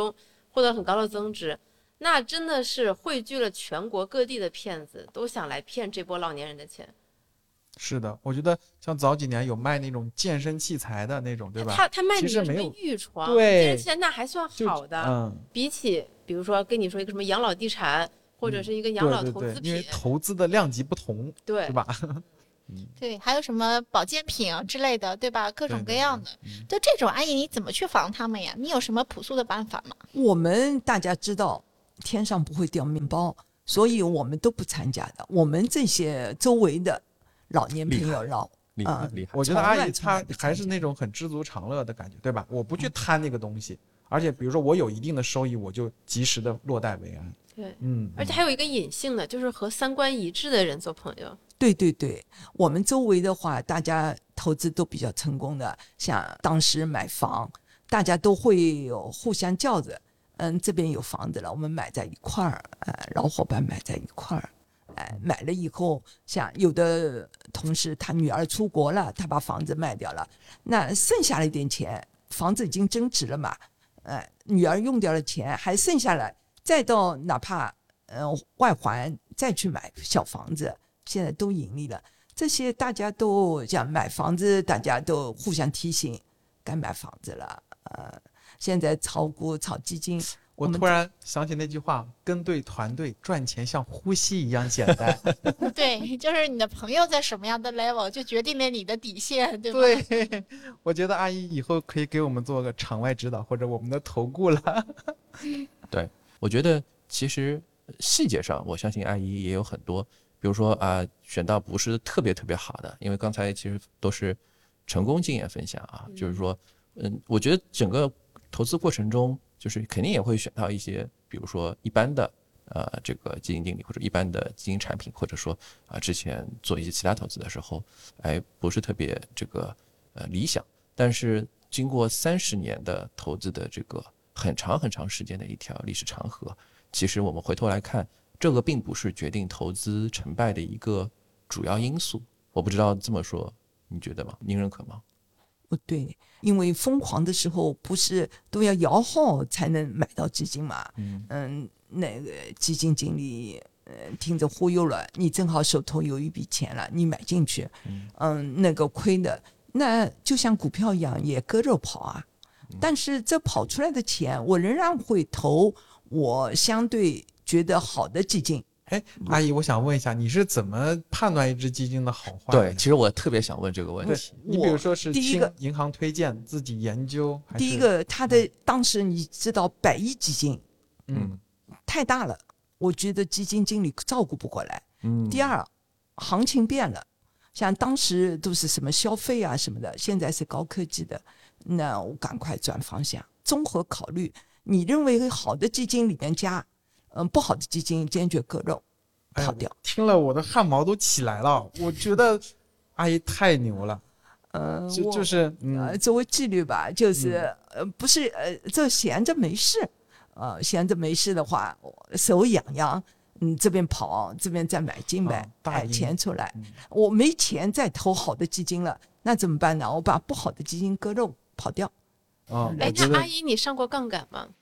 获得很高的增值，那真的是汇聚了全国各地的骗子，都想来骗这波老年人的钱。 是的，我觉得像早几年有卖那种健身器材的那种，对吧？ 他他卖那个什么其实没有玉床， 对健身器材那还算好的， 嗯， 比起比如说跟你说一个什么养老地产，或者是一个养老对投资品， 对对因为投资的量级不同， 对是吧？ 对，还有什么保健品啊之类的，对吧？各种对对各样的。 嗯就这种阿姨，你怎么去防他们呀？你有什么朴素的办法吗？ 我们大家知道天上不会掉面包，所以我们都不参加的。我们这些周围的老年朋友老厉害啊厉害， 我觉得阿姨她从来从来不参加还是那种很知足常乐的感觉，对吧？我不去贪那个东西，而且比如说我有一定的收益，我就及时的落袋为安。 对， 嗯， 而且还有一个隐性的，就是和三观一致的人做朋友。 对对对，我们周围的话，大家投资都比较成功的，像当时买房，大家都会有互相叫着，嗯，这边有房子了，我们买在一块儿，呃，老伙伴买在一块儿，哎，买了以后，像有的同事他女儿出国了，他把房子卖掉了，那剩下了一点钱，房子已经增值了嘛，哎，女儿用掉了钱，还剩下来，再到哪怕呃外环再去买小房子。现在都盈利了，这些大家都讲买房子，大家都互相提醒，该买房子了。呃，现在炒股、炒基金，们我突然想起那句话：跟对团队，赚钱像呼吸一样简单。 对，就是你的朋友在什么样的 level，就决定了你的底线，对吧？ 对，我觉得阿姨以后可以给我们做个场外指导，或者我们的投顾了。 对，我觉得其实细节上，我相信阿姨也有很多。比如说啊、呃，选到不是特别特别好的，因为刚才其实都是成功经验分享啊，嗯、就是说，嗯，我觉得整个投资过程中，就是肯定也会选到一些，比如说一般的呃这个基金经理或者一般的基金产品，或者说啊、呃、之前做一些其他投资的时候，哎不是特别这个呃理想，但是经过三十年的投资的这个很长很长时间的一条历史长河，其实我们回头来看。这个并不是决定投资成败的一个主要因素，我不知道这么说，你觉得吗？您认可吗？ 不对，因为疯狂的时候不是都要摇号才能买到基金嘛？嗯嗯，那个基金经理呃听着忽悠了，你正好手头有一笔钱了，你买进去，嗯, 嗯那个亏的，那就像股票一样，也割肉跑啊。但是这跑出来的钱，我仍然会投我相对。觉得好的基金， 哎，阿姨，我想问一下，你是怎么判断一只基金的好坏？ 对，其实我特别想问这个问题。 你比如说是第一个银行推荐，自己研究，还是第一个，它的当时你知道百亿基金， 嗯， 太大了，我觉得基金经理照顾不过来。 嗯。 第二，行情变了，像当时都是什么消费啊什么的，现在是高科技的，那我赶快转方向，综合考虑。你认为好的基金里面加。嗯，不好的基金坚决割肉，跑掉。 哎、听了我的汗毛都起来了，我觉得阿姨太牛了。 呃， 就就是嗯、 呃，作为纪律吧，就是、嗯、呃，不是呃，这闲着没事，呃，闲着没事的话，手痒痒，嗯，这边跑，这边再买进呗，哎、哦，钱出来、嗯，我没钱再投好的基金了，那怎么办呢？我把不好的基金割肉跑掉。 哦， 哎，那阿姨，你上过杠杆吗？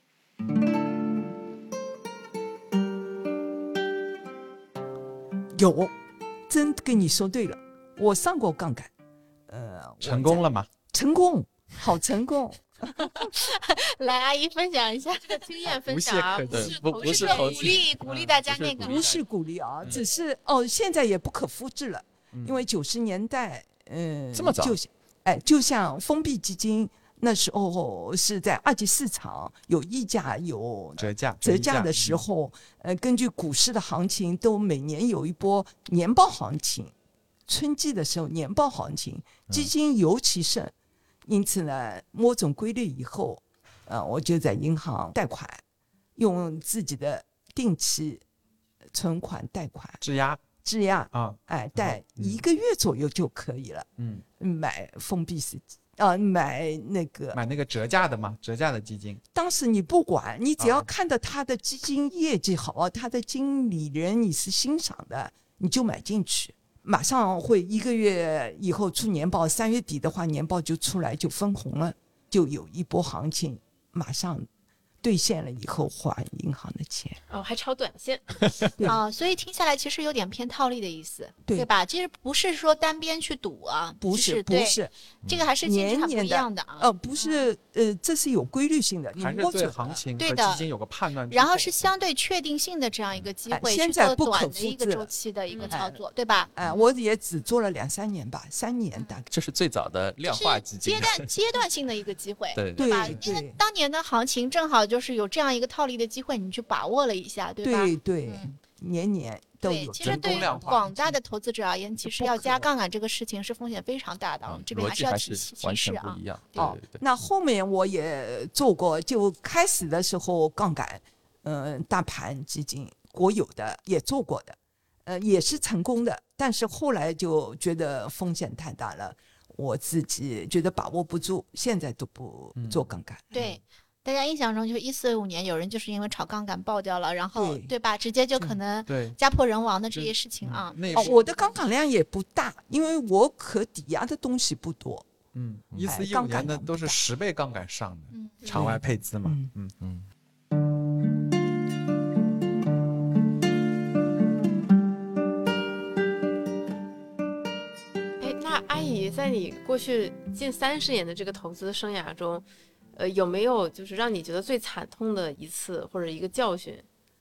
有，真跟你说对了，我上过杠杆，呃， 成功了吗？ 成功，好成功。 来，阿姨分享一下这个经验分享啊， 不是不不是鼓励鼓励大家那个， 不是鼓励啊，只是哦，现在也不可复制了，因为九十年代，嗯， 这么早， 就哎，就像封闭基金。那时候是在二级市场有溢价有折价折价的时候，呃，根据股市的行情，都每年有一波年报行情，春季的时候年报行情，基金尤其盛，因此呢，摸准规律以后，呃，我就在银行贷款，用自己的定期存款贷款质押质押啊， 哎，贷一个月左右就可以了， 嗯， 买封闭式。啊，买那个买那个折价的嘛，折价的基金。 当时你不管，你只要看到他的基金业绩好，啊、他的经理人你是欣赏的，你就买进去，马上会一个月以后出年报，三月底的话年报就出来就分红了，就有一波行情，马上兑现了以后还银行的钱。 哦，还炒短线。 啊，所以听下来其实有点偏套利的意思， 对对吧？其实不是说单边去赌啊， 不其实对是不是， 这个还是性质很不年年一样的啊。 呃，不是呃，这是有规律性的，你还是对摸准了行情和对的基金有个判断之后， 然后是相对确定性的这样一个机哎会，去现在不可做短的一个周复制了期的一个嗯操作，对吧？ 哎、我也只做了两三年吧，三年大概。 这是最早的量是化基金阶。段阶段性的一个机会， 对对吧？ 对因为当年的行情正好就是有这样一个套利的机会，你去把握了一下，对吧？ 对对， 嗯年年都对， 有其实对于人工量化广大的投资者而言，其实要不可加杠杆这个事情是风险非常大的， 嗯这边逻辑还是是要提提完示啊全不一。样。对哦对对， 那后面我也做过，就开始的时候杠杆，嗯、大盘基金国有的也做过的，呃，也是成功的，但是后来就觉得风险太大了，我自己觉得把握不住，现在都不做杠杆。 对，大家印象中就是一四五年有人就是因为炒杠杆爆掉了，然后对对吧，直接就可能对家破人亡的这些事情啊。 哦， 那部我的杠杆量也不大，因为我可抵押的东西不多。 嗯，一四一五杠杆年的都是量不大十倍杠杆上的， 嗯， 场外配资嘛， 嗯嗯嗯， 哎，那阿姨在你过去近三十年的这个投资生涯中，呃，有没有就是让你觉得最惨痛的一次或者一个教训？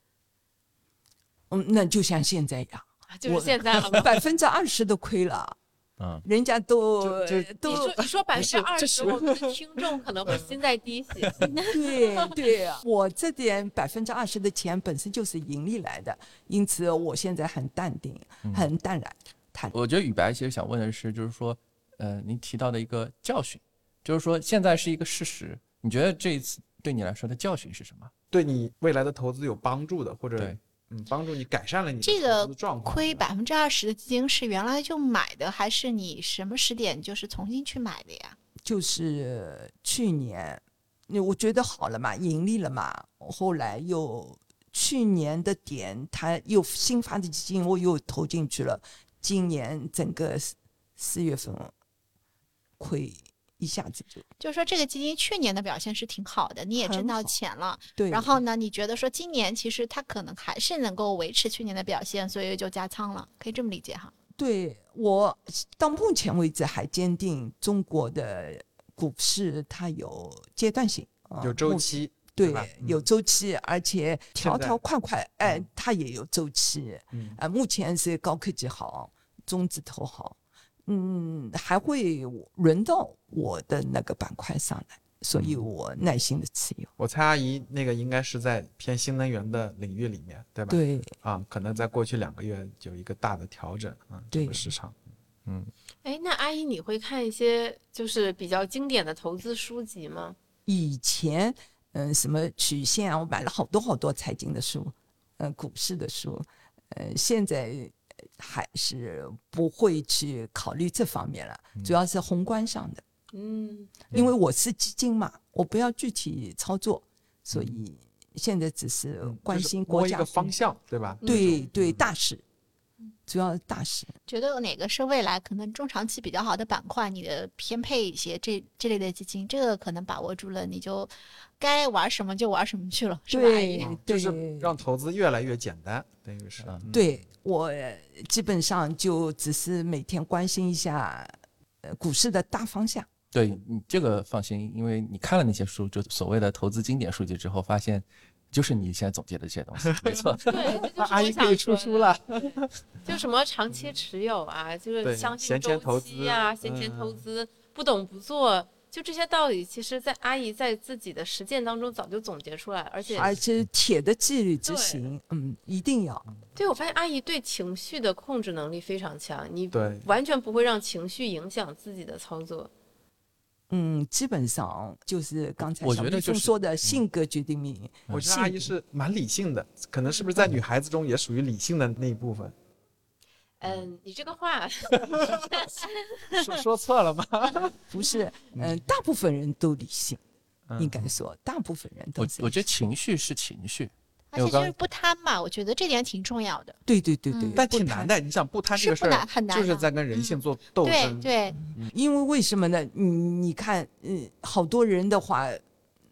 嗯，那就像现在一样， 啊就是我现在了吗？ 百分之二十都亏了， 嗯， 人家都就就你都说你说百分之二十， 这是我们的听众可能会心在滴血。 对对，我这点百分之二十的钱本身就是盈利来的，因此我现在很淡定，很淡然。谈我觉得宇白其实想问的是，就是说，呃，您提到的一个教训，就是说现在是一个事实，你觉得这一次对你来说的教训是什么？ 对你未来的投资有帮助的，或者对嗯帮助你改善了你的这个投资状况。 亏百分之二十的基金是原来就买的，还是你什么时点就是重新去买的呀？ 就是去年，那我觉得好了嘛，盈利了嘛，后来又去年的点，它又新发的基金我又投进去了，今年整个四四月份亏一下子就就是说这个基金去年的表现是挺好的，你也挣到很好钱了， 对， 然后呢，你觉得说今年其实它可能还是能够维持去年的表现，所以就加仓了，可以这么理解哈？ 对我到目前为止还坚定中国的股市它有阶段性，呃有周目期， 对吧，嗯有周期，而且条现在条块块，哎嗯， 它也有周期。 嗯啊，目前是高科技好，中字头好，嗯，还会轮到我的那个板块上来，所以我耐心的持有。 我猜阿姨那个应该是在偏新能源的领域里面，对吧？ 对啊，可能在过去两个月有一个大的调整啊，这对个市场。 哎，那阿姨你会看一些就是比较经典的投资书籍吗？ 以前，嗯、什么曲线啊，我买了好多好多财经的书，嗯、股市的书，呃，现在还是不会去考虑这方面了，主要是宏观上的。 嗯， 因为我是基金嘛，我不要具体操作，所以现在只是关心国家摸一个方向，对吧？ 对对，大势，主要是大势。 觉得哪个是未来可能中长期比较好的板块，你的偏配一些这这类的基金，这个可能把握住了，你就该玩什么就玩什么去了，是吧？阿姨对就对是让投资越来越简单，等于是。嗯对，我基本上就只是每天关心一下呃股市的大方向。 对你这个放心，因为你看了那些书，就所谓的投资经典书籍之后，发现就是你现在总结的这些东西，没错。 对，这就是阿姨可以我想说的出书了。 就什么长期持有啊，就是对相信闲钱投周期啊， 资闲钱投嗯资，不懂不做，就这些道理，其实在阿姨在自己的实践当中早就总结出来，而且而且铁的纪律执行，嗯，一定要。 对我发现阿姨对情绪的控制能力非常强，你对完全不会让情绪影响自己的操作。 嗯，基本上就是刚才小蜜我觉得就是蜂说的，性格决定命运。 我觉得阿姨是蛮理性的，可能是不是在女孩子中也属于理性的那一部分？ 嗯，你这个话， 说说错了吗？ 不是，嗯、大部分人都理性， 嗯应该说，大部分人都是。 我我觉得情绪是情绪， 而且就是不贪嘛，我觉得这点挺重要的。 对对对对， 嗯但不贪挺难的。你想不贪这个事儿是不难，很难就是的在跟人性做斗争。 对对， 因为为什么呢？你你看，嗯，好多人的话，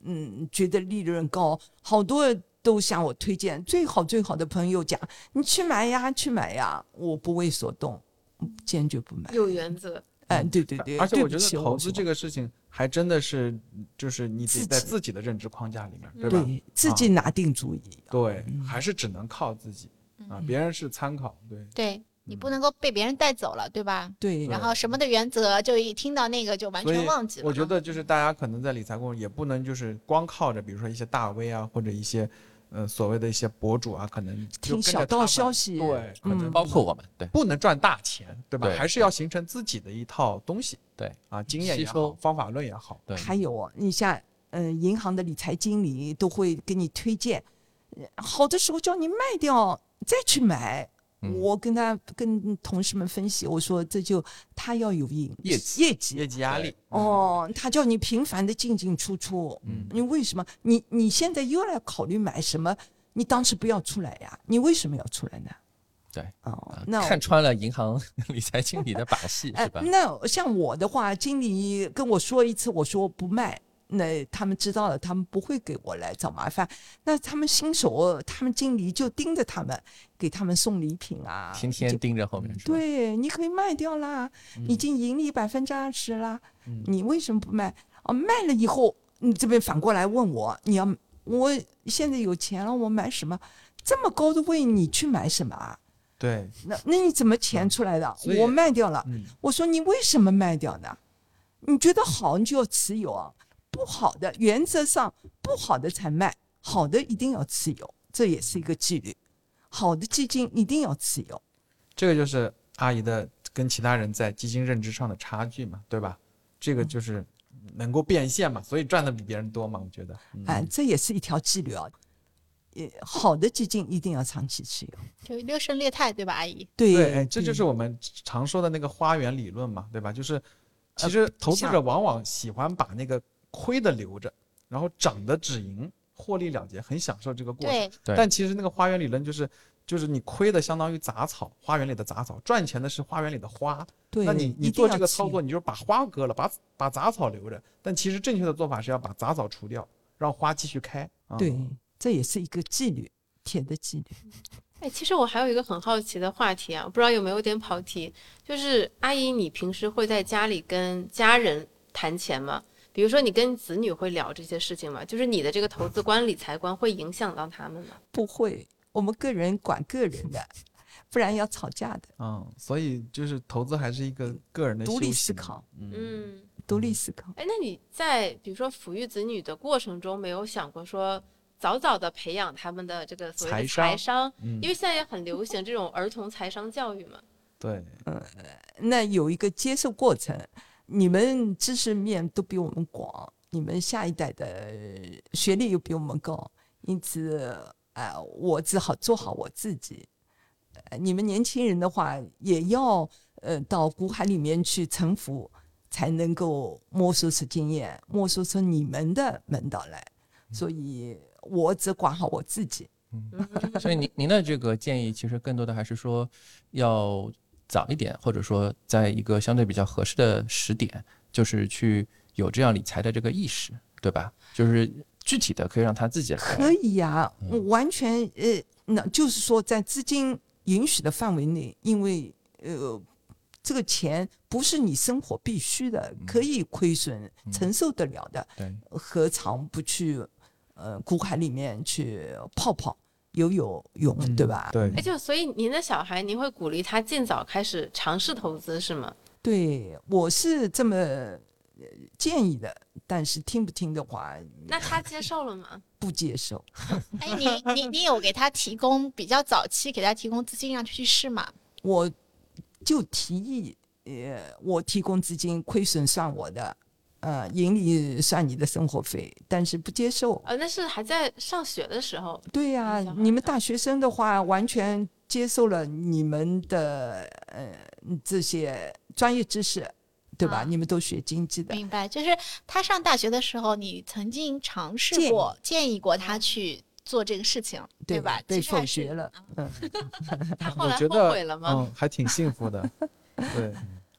嗯，觉得利润高，好多都向我推荐，最好最好的朋友讲，你去买呀，去买呀，我不为所动，坚决不买。 有原则。 哎，对对对， 而且我觉对不起得投资我这个事情还真的是，就是你得在自己自己的认知框架里面，对吧？ 对自己拿定主意。 对，还是只能靠自己嗯啊，别人是参考，对。 对你不能够被别人带走了，对吧？ 对， 然后什么的原则，就一听到那个就完所以全忘记了。 我觉得就是大家可能在理财过程也不能就是光靠着，比如说一些大 V 啊，或者一些呃所谓的一些博主啊，可能就跟着听小道他们消息， 对，可能嗯， 包括我们，对不能赚大钱，对吧？ 对还是要形成自己的一套东西对啊，经验也好吸收， 方法论也好。 对， 还有哦，你像嗯、呃，银行的理财经理都会给你推荐，呃好的时候叫你卖掉再去买。 嗯我跟他跟同事们分析，我说这就他要有业业绩业绩业绩压力哦，他叫你频繁的进进出出， 嗯你为什么你你现在又来考虑买什么？你当时不要出来呀？你为什么要出来呢？ 对哦啊， 那看穿了银行理财经理的把戏哎是吧？ 那像我的话，经理跟我说一次，我说不卖，那他们知道了，他们不会给我来找麻烦。那他们新手，他们经理就盯着他们，给他们送礼品啊， 天天就盯着后面是吧？ 对，你可以卖掉啦，已经盈利百分之二十啦， 嗯你为什么不卖？哦，卖了以后，你这边反过来问我，你要我现在有钱了，我买什么？这么高的位，你去买什么啊？ 对， 那那你怎么钱出来的？ 所以我卖掉了。 嗯， 我说你为什么卖掉呢？你觉得好，你就要持有啊；不好的，原则上不好的才卖，好的一定要持有，这也是一个纪律。好的基金一定要持有。 这个就是阿姨的跟其他人在基金认知上的差距嘛，对吧？这个就是能够变现嘛，所以赚的比别人多嘛，我觉得。嗯哎，这也是一条纪律啊。呃，好的基金一定要长期持有。 就劣胜劣汰，对吧，阿姨？ 对， 对，哎，这就是对我们常说的那个花园理论嘛，对吧？就是其实投资者往往喜欢把那个亏的留着，然后涨的止盈，获利了结，很享受这个过程。 对， 对但其实那个花园理论就是，就是你亏的相当于杂草，花园里的杂草，赚钱的是花园里的花。 对， 那你你一定做要持有这个操作，你就是把花割了，把把杂草留着。但其实正确的做法是要把杂草除掉，让花继续开。啊、 对，这也是一个纪律，铁的纪律。 哎，其实我还有一个很好奇的话题啊，不知道有没有点跑题，就是阿姨，你平时会在家里跟家人谈钱吗？比如说你跟子女会聊这些事情吗？就是你的这个投资观、理财观会影响到他们吗？ 不会，我们个人管个人的，不然要吵架的。 嗯，所以就是投资还是一个个人的独立修行思考， 嗯， 嗯， 独立思考。 哎，那你在比如说抚育子女的过程中，没有想过说早早的培养他们的这个所谓的财商财商？ 嗯因为现在也很流行这种儿童财商教育嘛。 对， 那有一个接受过程，你们知识面都比我们广，你们下一代的学历又比我们高，因此，啊、呃，我只好做好我自己。呃你们年轻人的话，也要呃到股海里面去沉浮，才能够摸索出经验，摸索出你们的门道来。所以我只管好我自己。 所以您您的这个建议，其实更多的还是说要早一点，或者说在一个相对比较合适的时点，就是去有这样理财的这个意识，对吧？就是具体的可以让他自己来。 可以呀、我完全呃，那就是说在资金允许的范围内，因为呃。这个钱不是你生活必须的，可以亏损承受得了的， 对， 何尝不去呃股海里面去泡泡游游泳， 嗯对吧？ 对哎，，就所以您的小孩，您会鼓励他尽早开始尝试投资，是吗？ 对，我是这么呃建议的，但是听不听的话， 那他接受了吗？ 不接受。 哎，你你你有给他提供比较早期给他提供资金让他去试吗？ 我就提议，呃，我提供资金，亏损算我的，呃，盈利算你的生活费，但是不接受。 呃，那是还在上学的时候。 对呀、 小孩你们大学生的话，完全接受了你们的呃这些专业知识，对吧？ 啊你们都学经济的， 明白，就是他上大学的时候，你曾经尝试建议过建议过他去做这个事情， 对吧？ 被其实还是否决了。嗯， 他后来后我觉得悔了吗？ 嗯，还挺幸福的。对，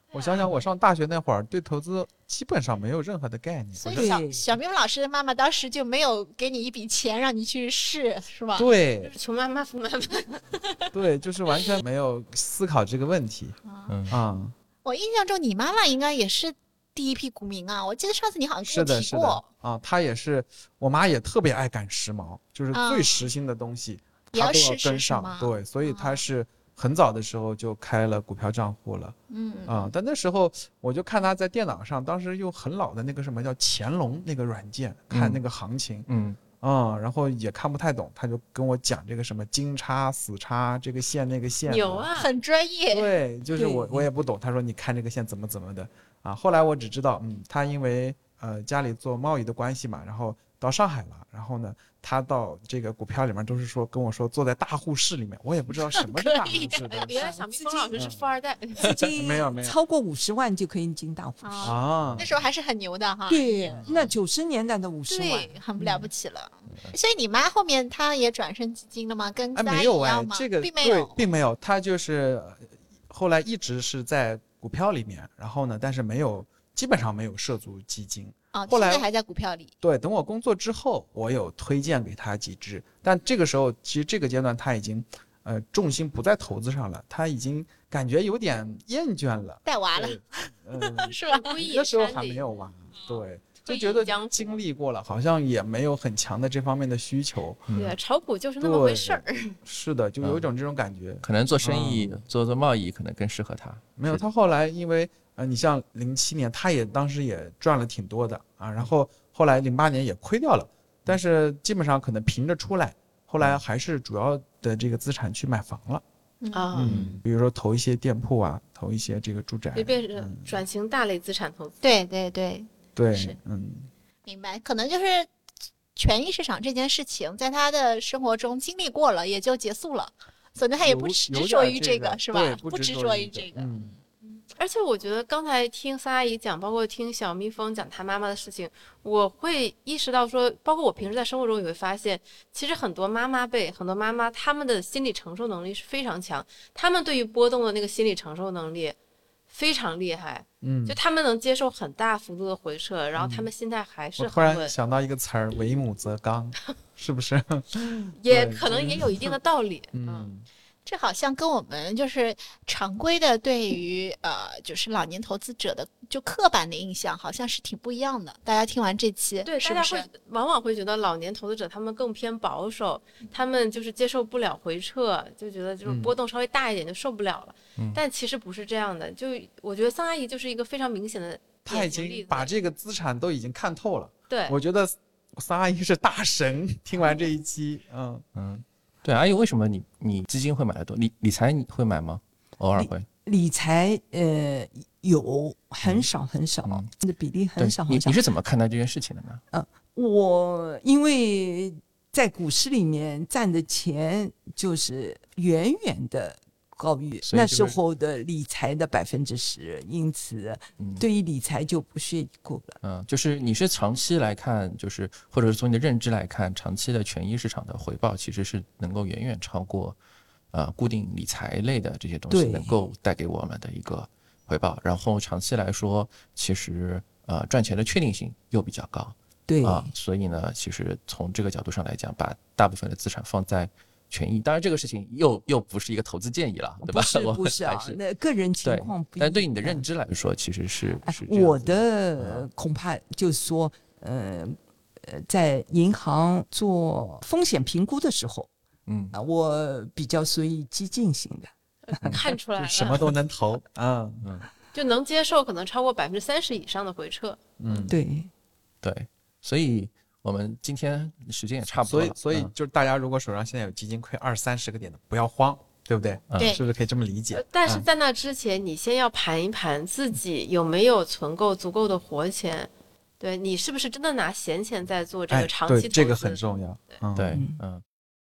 我想想，我上大学那会儿对投资基本上没有任何的概念。 所以我就小小明老师的妈妈当时就没有给你一笔钱让你去试，是吧？ 对穷妈妈富妈妈。 对，就是完全没有思考这个问题。 嗯啊、 我印象中你妈妈应该也是第一批股民啊，我记得上次你好像是的， 跟我提过。 是的啊，她也是，我妈也特别爱赶时髦，就是最时兴的东西， 也要她都要试试跟上。 是吗对，所以她是很早的时候就开了股票账户了。 嗯啊，但那时候我就看她在电脑上，当时用很老的那个什么叫乾隆那个软件看那个行情。 嗯啊、然后也看不太懂，他就跟我讲这个什么金叉、死叉，这个线那个线。 牛啊！ 很专业。 对，就是我对我也不懂，他说你看这个线怎么怎么的啊。后来我只知道，嗯，他因为呃家里做贸易的关系嘛，然后到上海了，然后呢，他到这个股票里面都是说跟我说坐在大户室里面，我也不知道什么是大户室哎的原来小蜜蜂老师是富二代。 资金没有没有超过五十万就可以进大户室。 啊， 啊那。时候还是很牛的哈。 对，那九十年代的五十万对，，很不了不起了。所以你妈后面她也转身基金了吗？跟哎， 大家没有哎一样吗？， 这个对并没有。 并没有，他就是呃后来一直是在股票里面，然后呢，但是没有基本上没有涉足基金。 啊， 后来现在还在股票里。 对，等我工作之后，我有推荐给他几只，但这个时候其实这个阶段他已经，呃，重心不在投资上了，他已经感觉有点厌倦了。 带娃了， 对，嗯， 是吧？ 归隐那时候还山里没有娃，对，就退觉得隐江湖经历过了，好像也没有很强的这方面的需求。 嗯对，炒股就是那么回事儿。 是的，就有一种这种感觉。 可能做生意、 嗯做做贸易可能更适合他。 没有， 是他后来因为呃，你像零七年，他也当时也赚了挺多的啊，然后后来零八年也亏掉了，但是基本上可能平着出来，后来还是主要的这个资产去买房了。 啊， 嗯，比如说投一些店铺啊，投一些这个住宅。 就变成嗯转型大类资产投资。 对对对， 对是， 嗯， 明白。可能就是权益市场这件事情，在他的生活中经历过了，也就结束了，所以他也不有执有执着于点这个，是吧对？不执着着于这个。 嗯， 而且我觉得刚才听三阿姨讲，包括听小蜜蜂讲她妈妈的事情，我会意识到说，包括我平时在生活中也会发现，其实很多妈妈辈、很多妈妈，她们的心理承受能力是非常强，她们对于波动的那个心理承受能力非常厉害， 嗯就她们能接受很大幅度的回撤，然后她们心态还是我突然很稳， 想到一个词儿“为母则刚”，是不是？对也可能也有一定的道理。 嗯， 这好像跟我们就是常规的对于呃，就是老年投资者的就刻板的印象，好像是挺不一样的。大家听完这期， 对， 是不是大家会？往往会觉得老年投资者他们更偏保守，他们就是接受不了回撤，就觉得就是嗯波动稍微大一点就受不了了。 嗯但其实不是这样的，就我觉得桑阿姨就是一个非常明显的他已典型例子。 经把这个资产都已经看透了。 对， 我觉得桑阿姨是大神。听完这一期，嗯， 嗯，对，阿姨，为什么你你基金会买的多？理理财你会买吗？偶尔会。 理财呃有很少很少嗯， 的比例对很少很少你你。是怎么看待这件事情的呢？ 我因为在股市里面赚的钱就是远远的高于那所以就是时候的理财的百分之十，因此嗯， 对于理财就不屑一顾了。 嗯，就是你是长期来看，就是或者是从你的认知来看，长期的权益市场的回报其实是能够远远超过，呃，固定理财类的这些东西对能够带给我们的一个回报。然后长期来说，其实呃赚钱的确定性又比较高对， 啊，所以呢，其实从这个角度上来讲，把大部分的资产放在权益，当然这个事情又又不是一个投资建议了，对吧？ 不是我们不是啊还，是那个人情对况不一样。 但对你的认知来说，其实是哎是这样我子的恐怕就是说，呃呃，在银行做风险评估的时候嗯啊，我比较属于激进型的。 看出来了， 什么都能投。嗯嗯就能接受可能超过百分之三十以上的回撤。 嗯， 对， 对，所以我们今天时间也差不多了， 所以所以嗯就是大家如果手上现在有基金亏二三十个点的，不要慌，对不对？ 嗯对是不是可以这么理解呃？但是嗯在那之前，你先要盘一盘自己有没有存够足够的活钱，对你是不是真的拿闲钱在做这哎个长期投资？ 对，这个很重要。嗯， 对嗯嗯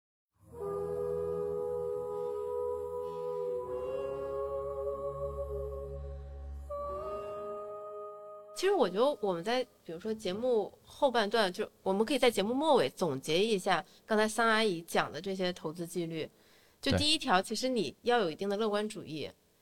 其实我觉得我们在比如说节目后半段，就我们可以在节目末尾总结一下刚才桑阿姨讲的这些投资纪律。就对第一条，其实你要有一定的乐观主义，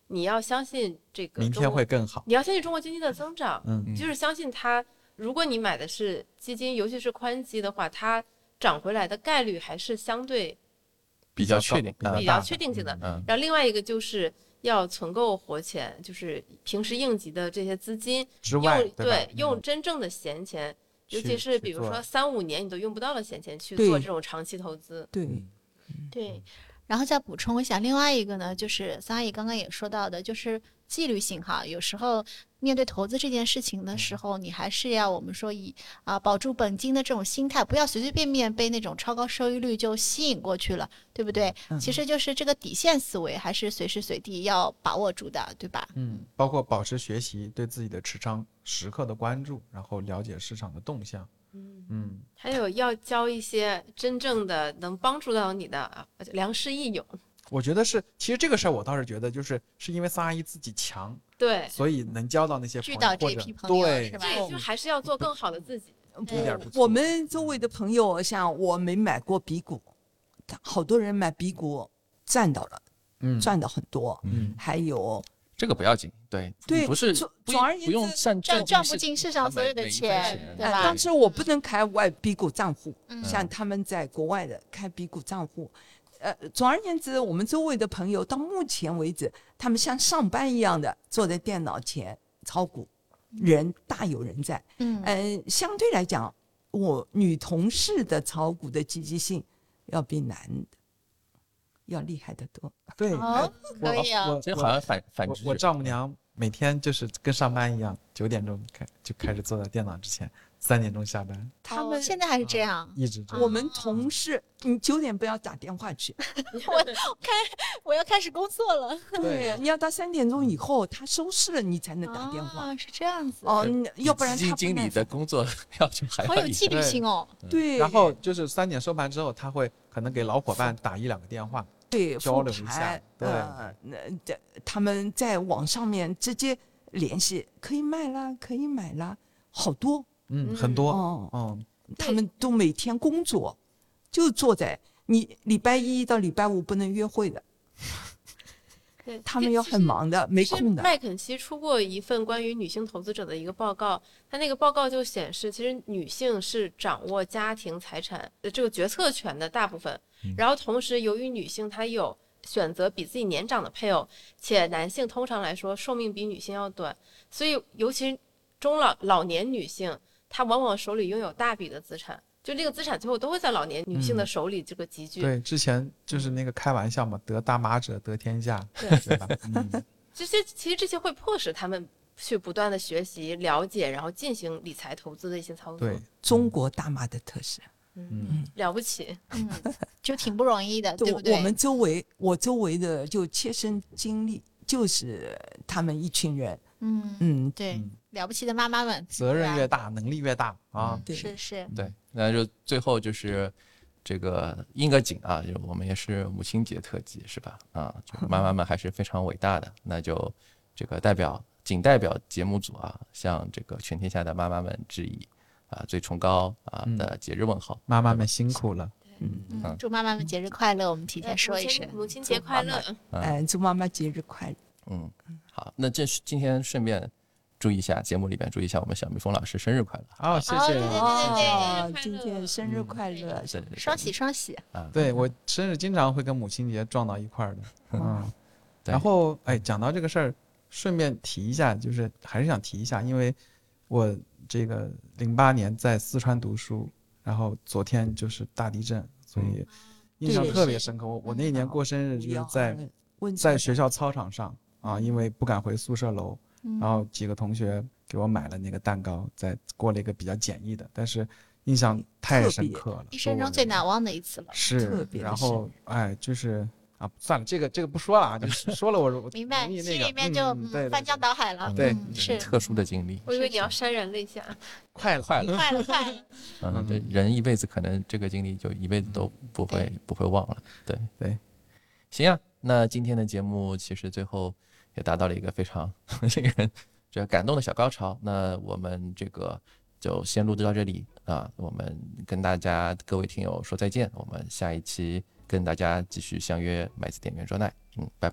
你要相信这个明天会更好。 你要相信中国经济的增长， 嗯， 就是相信它。如果你买的是基金，尤其是宽基的话，它涨回来的概率还是相对比较确定、 比较确定性的。 嗯， 然后另外一个就是要存够活钱，就是平时应急的这些资金之外， 用对、 嗯、 用真正的闲钱，尤其是比如说三五年你都用不到的闲钱去做这种长期投资。 对， 对。然后再补充一下，另外一个呢，就是桑阿姨刚刚也说到的，就是纪律性哈。有时候面对投资这件事情的时候，你还是要我们说以啊保住本金的这种心态，不要随随便便被那种超高收益率就吸引过去了，对不对？ 嗯、 其实就是这个底线思维还是随时随地要把握住的，对吧？ 嗯，包括保持学习，对自己的持仓时刻的关注，然后了解市场的动向。 嗯嗯， 还有要教一些真正的能帮助到你的良师益友。 我觉得是，其实这个事儿我倒是觉得，就是是因为桑阿姨自己强， 对， 所以能交到那些朋友， 聚到这批朋友， 对， 是吧？ 对，就还是要做更好的自己。 一点不错。 我们周围的朋友，像我没买过比股，好多人买比股赚到了， 嗯， 赚到很多， 嗯， 还有。 这个不要紧，对， 对， 不是不总而言之， 不用占赚赚不尽市场所有的钱，对吧？ 当时我不能开外比股账户， 嗯、 像他们在国外的开比股账户，呃，总而言之，我们周围的朋友到目前为止，他们像上班一样的坐在电脑前炒股，人大有人在。 嗯， 呃，相对来讲，我女同事的炒股的积极性要比男的要厉害得多。 对， 哦，可以啊， 这好像反反我我丈母娘每天就是跟上班一样，九点钟开就开始坐在电脑之前，三点钟下班。 他们、 哦、现在还是这样， 一直这样。 我们同事，你九点不要打电话去， 我开我要开始工作了。 对，你要到三点钟以后，他收市了，你才能打电话。 哦、是这样子。 哦，要不然基金经理的工作要求还好有纪律性哦。 对。 然后就是三点收盘之后，他会可能给老伙伴打一两个电话。 对， 交流一下，对， 呃，那这他们在网上面直接联系，可以卖啦，可以买啦，好多， 嗯，很多， 哦， 嗯， 他们都每天工作，就坐在你礼拜一到礼拜五不能约会的， 对， 他们要很忙的，没空的。 麦肯锡出过一份关于女性投资者的一个报告，他那个报告就显示，其实女性是掌握家庭财产的这个决策权的大部分。然后同时，由于女性她有选择比自己年长的配偶，且男性通常来说寿命比女性要短，所以尤其中老老年女性，她往往手里拥有大笔的资产，就这个资产最后都会在老年女性的手里这个集聚。 嗯、对，之前就是那个开玩笑嘛，得大妈者得天下， 对, 对吧？嗯， 这些其实这些会迫使他们去不断的学习、了解，然后进行理财投资的一些操作。 对， 中国大妈的特色。 嗯，了不起， 嗯，就挺不容易的，对不对？ 我们周围，我周围的就切身经历，就是他们一群人， 嗯嗯， 对， 嗯、 了不起的妈妈们， 责任越大，能力越大啊， 对， 是是， 对，那就最后就是这个应个景啊，就我们也是母亲节特辑是吧？啊，就妈妈们还是非常伟大的，那就这个代表仅代表节目组啊，向这个全天下的妈妈们致以。啊，最崇高啊的节日问候， 嗯、妈妈们辛苦了。 嗯嗯，祝妈妈们节日快乐，我们提前说一声， 母亲节快乐。 嗯，祝妈妈节日快乐。 嗯，好，那这今天顺便注意一下节目里边注意一下我们小蜜蜂老师生日快乐。 哦，谢谢。 哦、对对对哦，今天生日快乐， 嗯、 双喜双喜啊！ 对我生日经常会跟母亲节撞到一块儿的。嗯， 对然后哎，讲到这个事儿，顺便提一下，就是还是想提一下，因为我。这个零八年在四川读书，然后昨天就是大地震，所以印象特别深刻。我我那一年过生日就是在在学校操场上啊，因为不敢回宿舍楼，然后几个同学给我买了那个蛋糕，再过了一个比较简易的，但是印象太深刻了， 一生中最难忘的一次了。 是，然后哎，就是。啊，算了，这个这个不说了啊，就是说了我我明白， 那个、 心里面就、嗯嗯、翻江倒海了。 对， 嗯、是特殊的经历。 我以为你要潸然泪下， 快了， 快了， 快了，快了。 嗯，这人一辈子可能这个经历就一辈子都不会、嗯、不会忘了。对对， 行啊，那今天的节目其实最后也达到了一个非常令人这感动的小高潮。那我们这个就先录制到这里啊，我们跟大家各位听友说再见，我们下一期。跟大家继续相约麦子店圆桌奈，嗯，拜拜。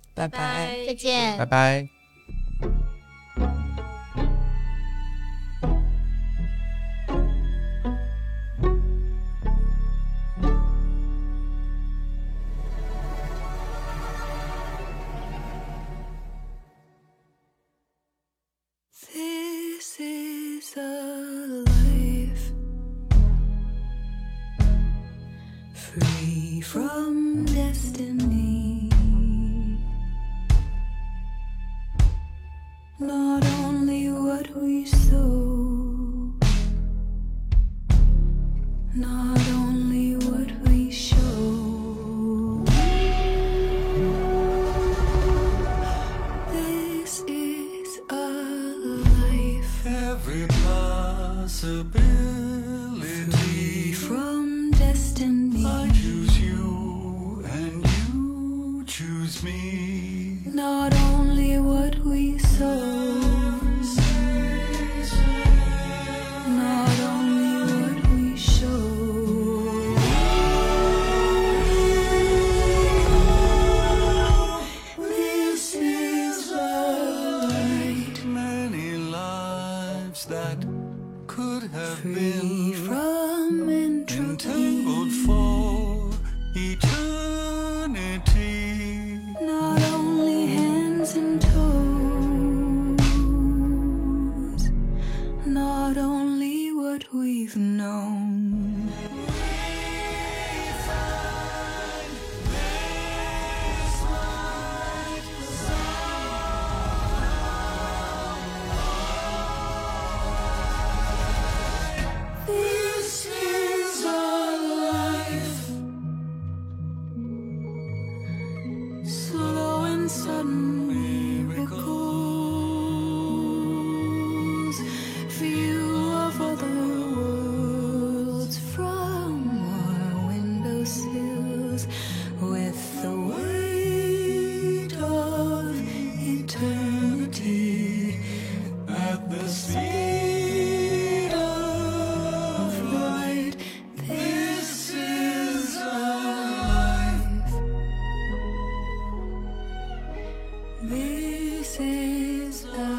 拜拜。 再见， 拜拜。 This is a life free from destiny. Not only what we sow, not only what we show. This is a life every possibility free from destiny. I choose you and you choose me. Not only what we sow, not only what we show. This is a light Many lives that could have free been from entropy. entangled for eternity. Not only hands and toes, not only what we've known. This is a life slow and sudden miracles, view of other worlds from our windowsills, with the weight of eternity at the speed of light. This is a life. This is a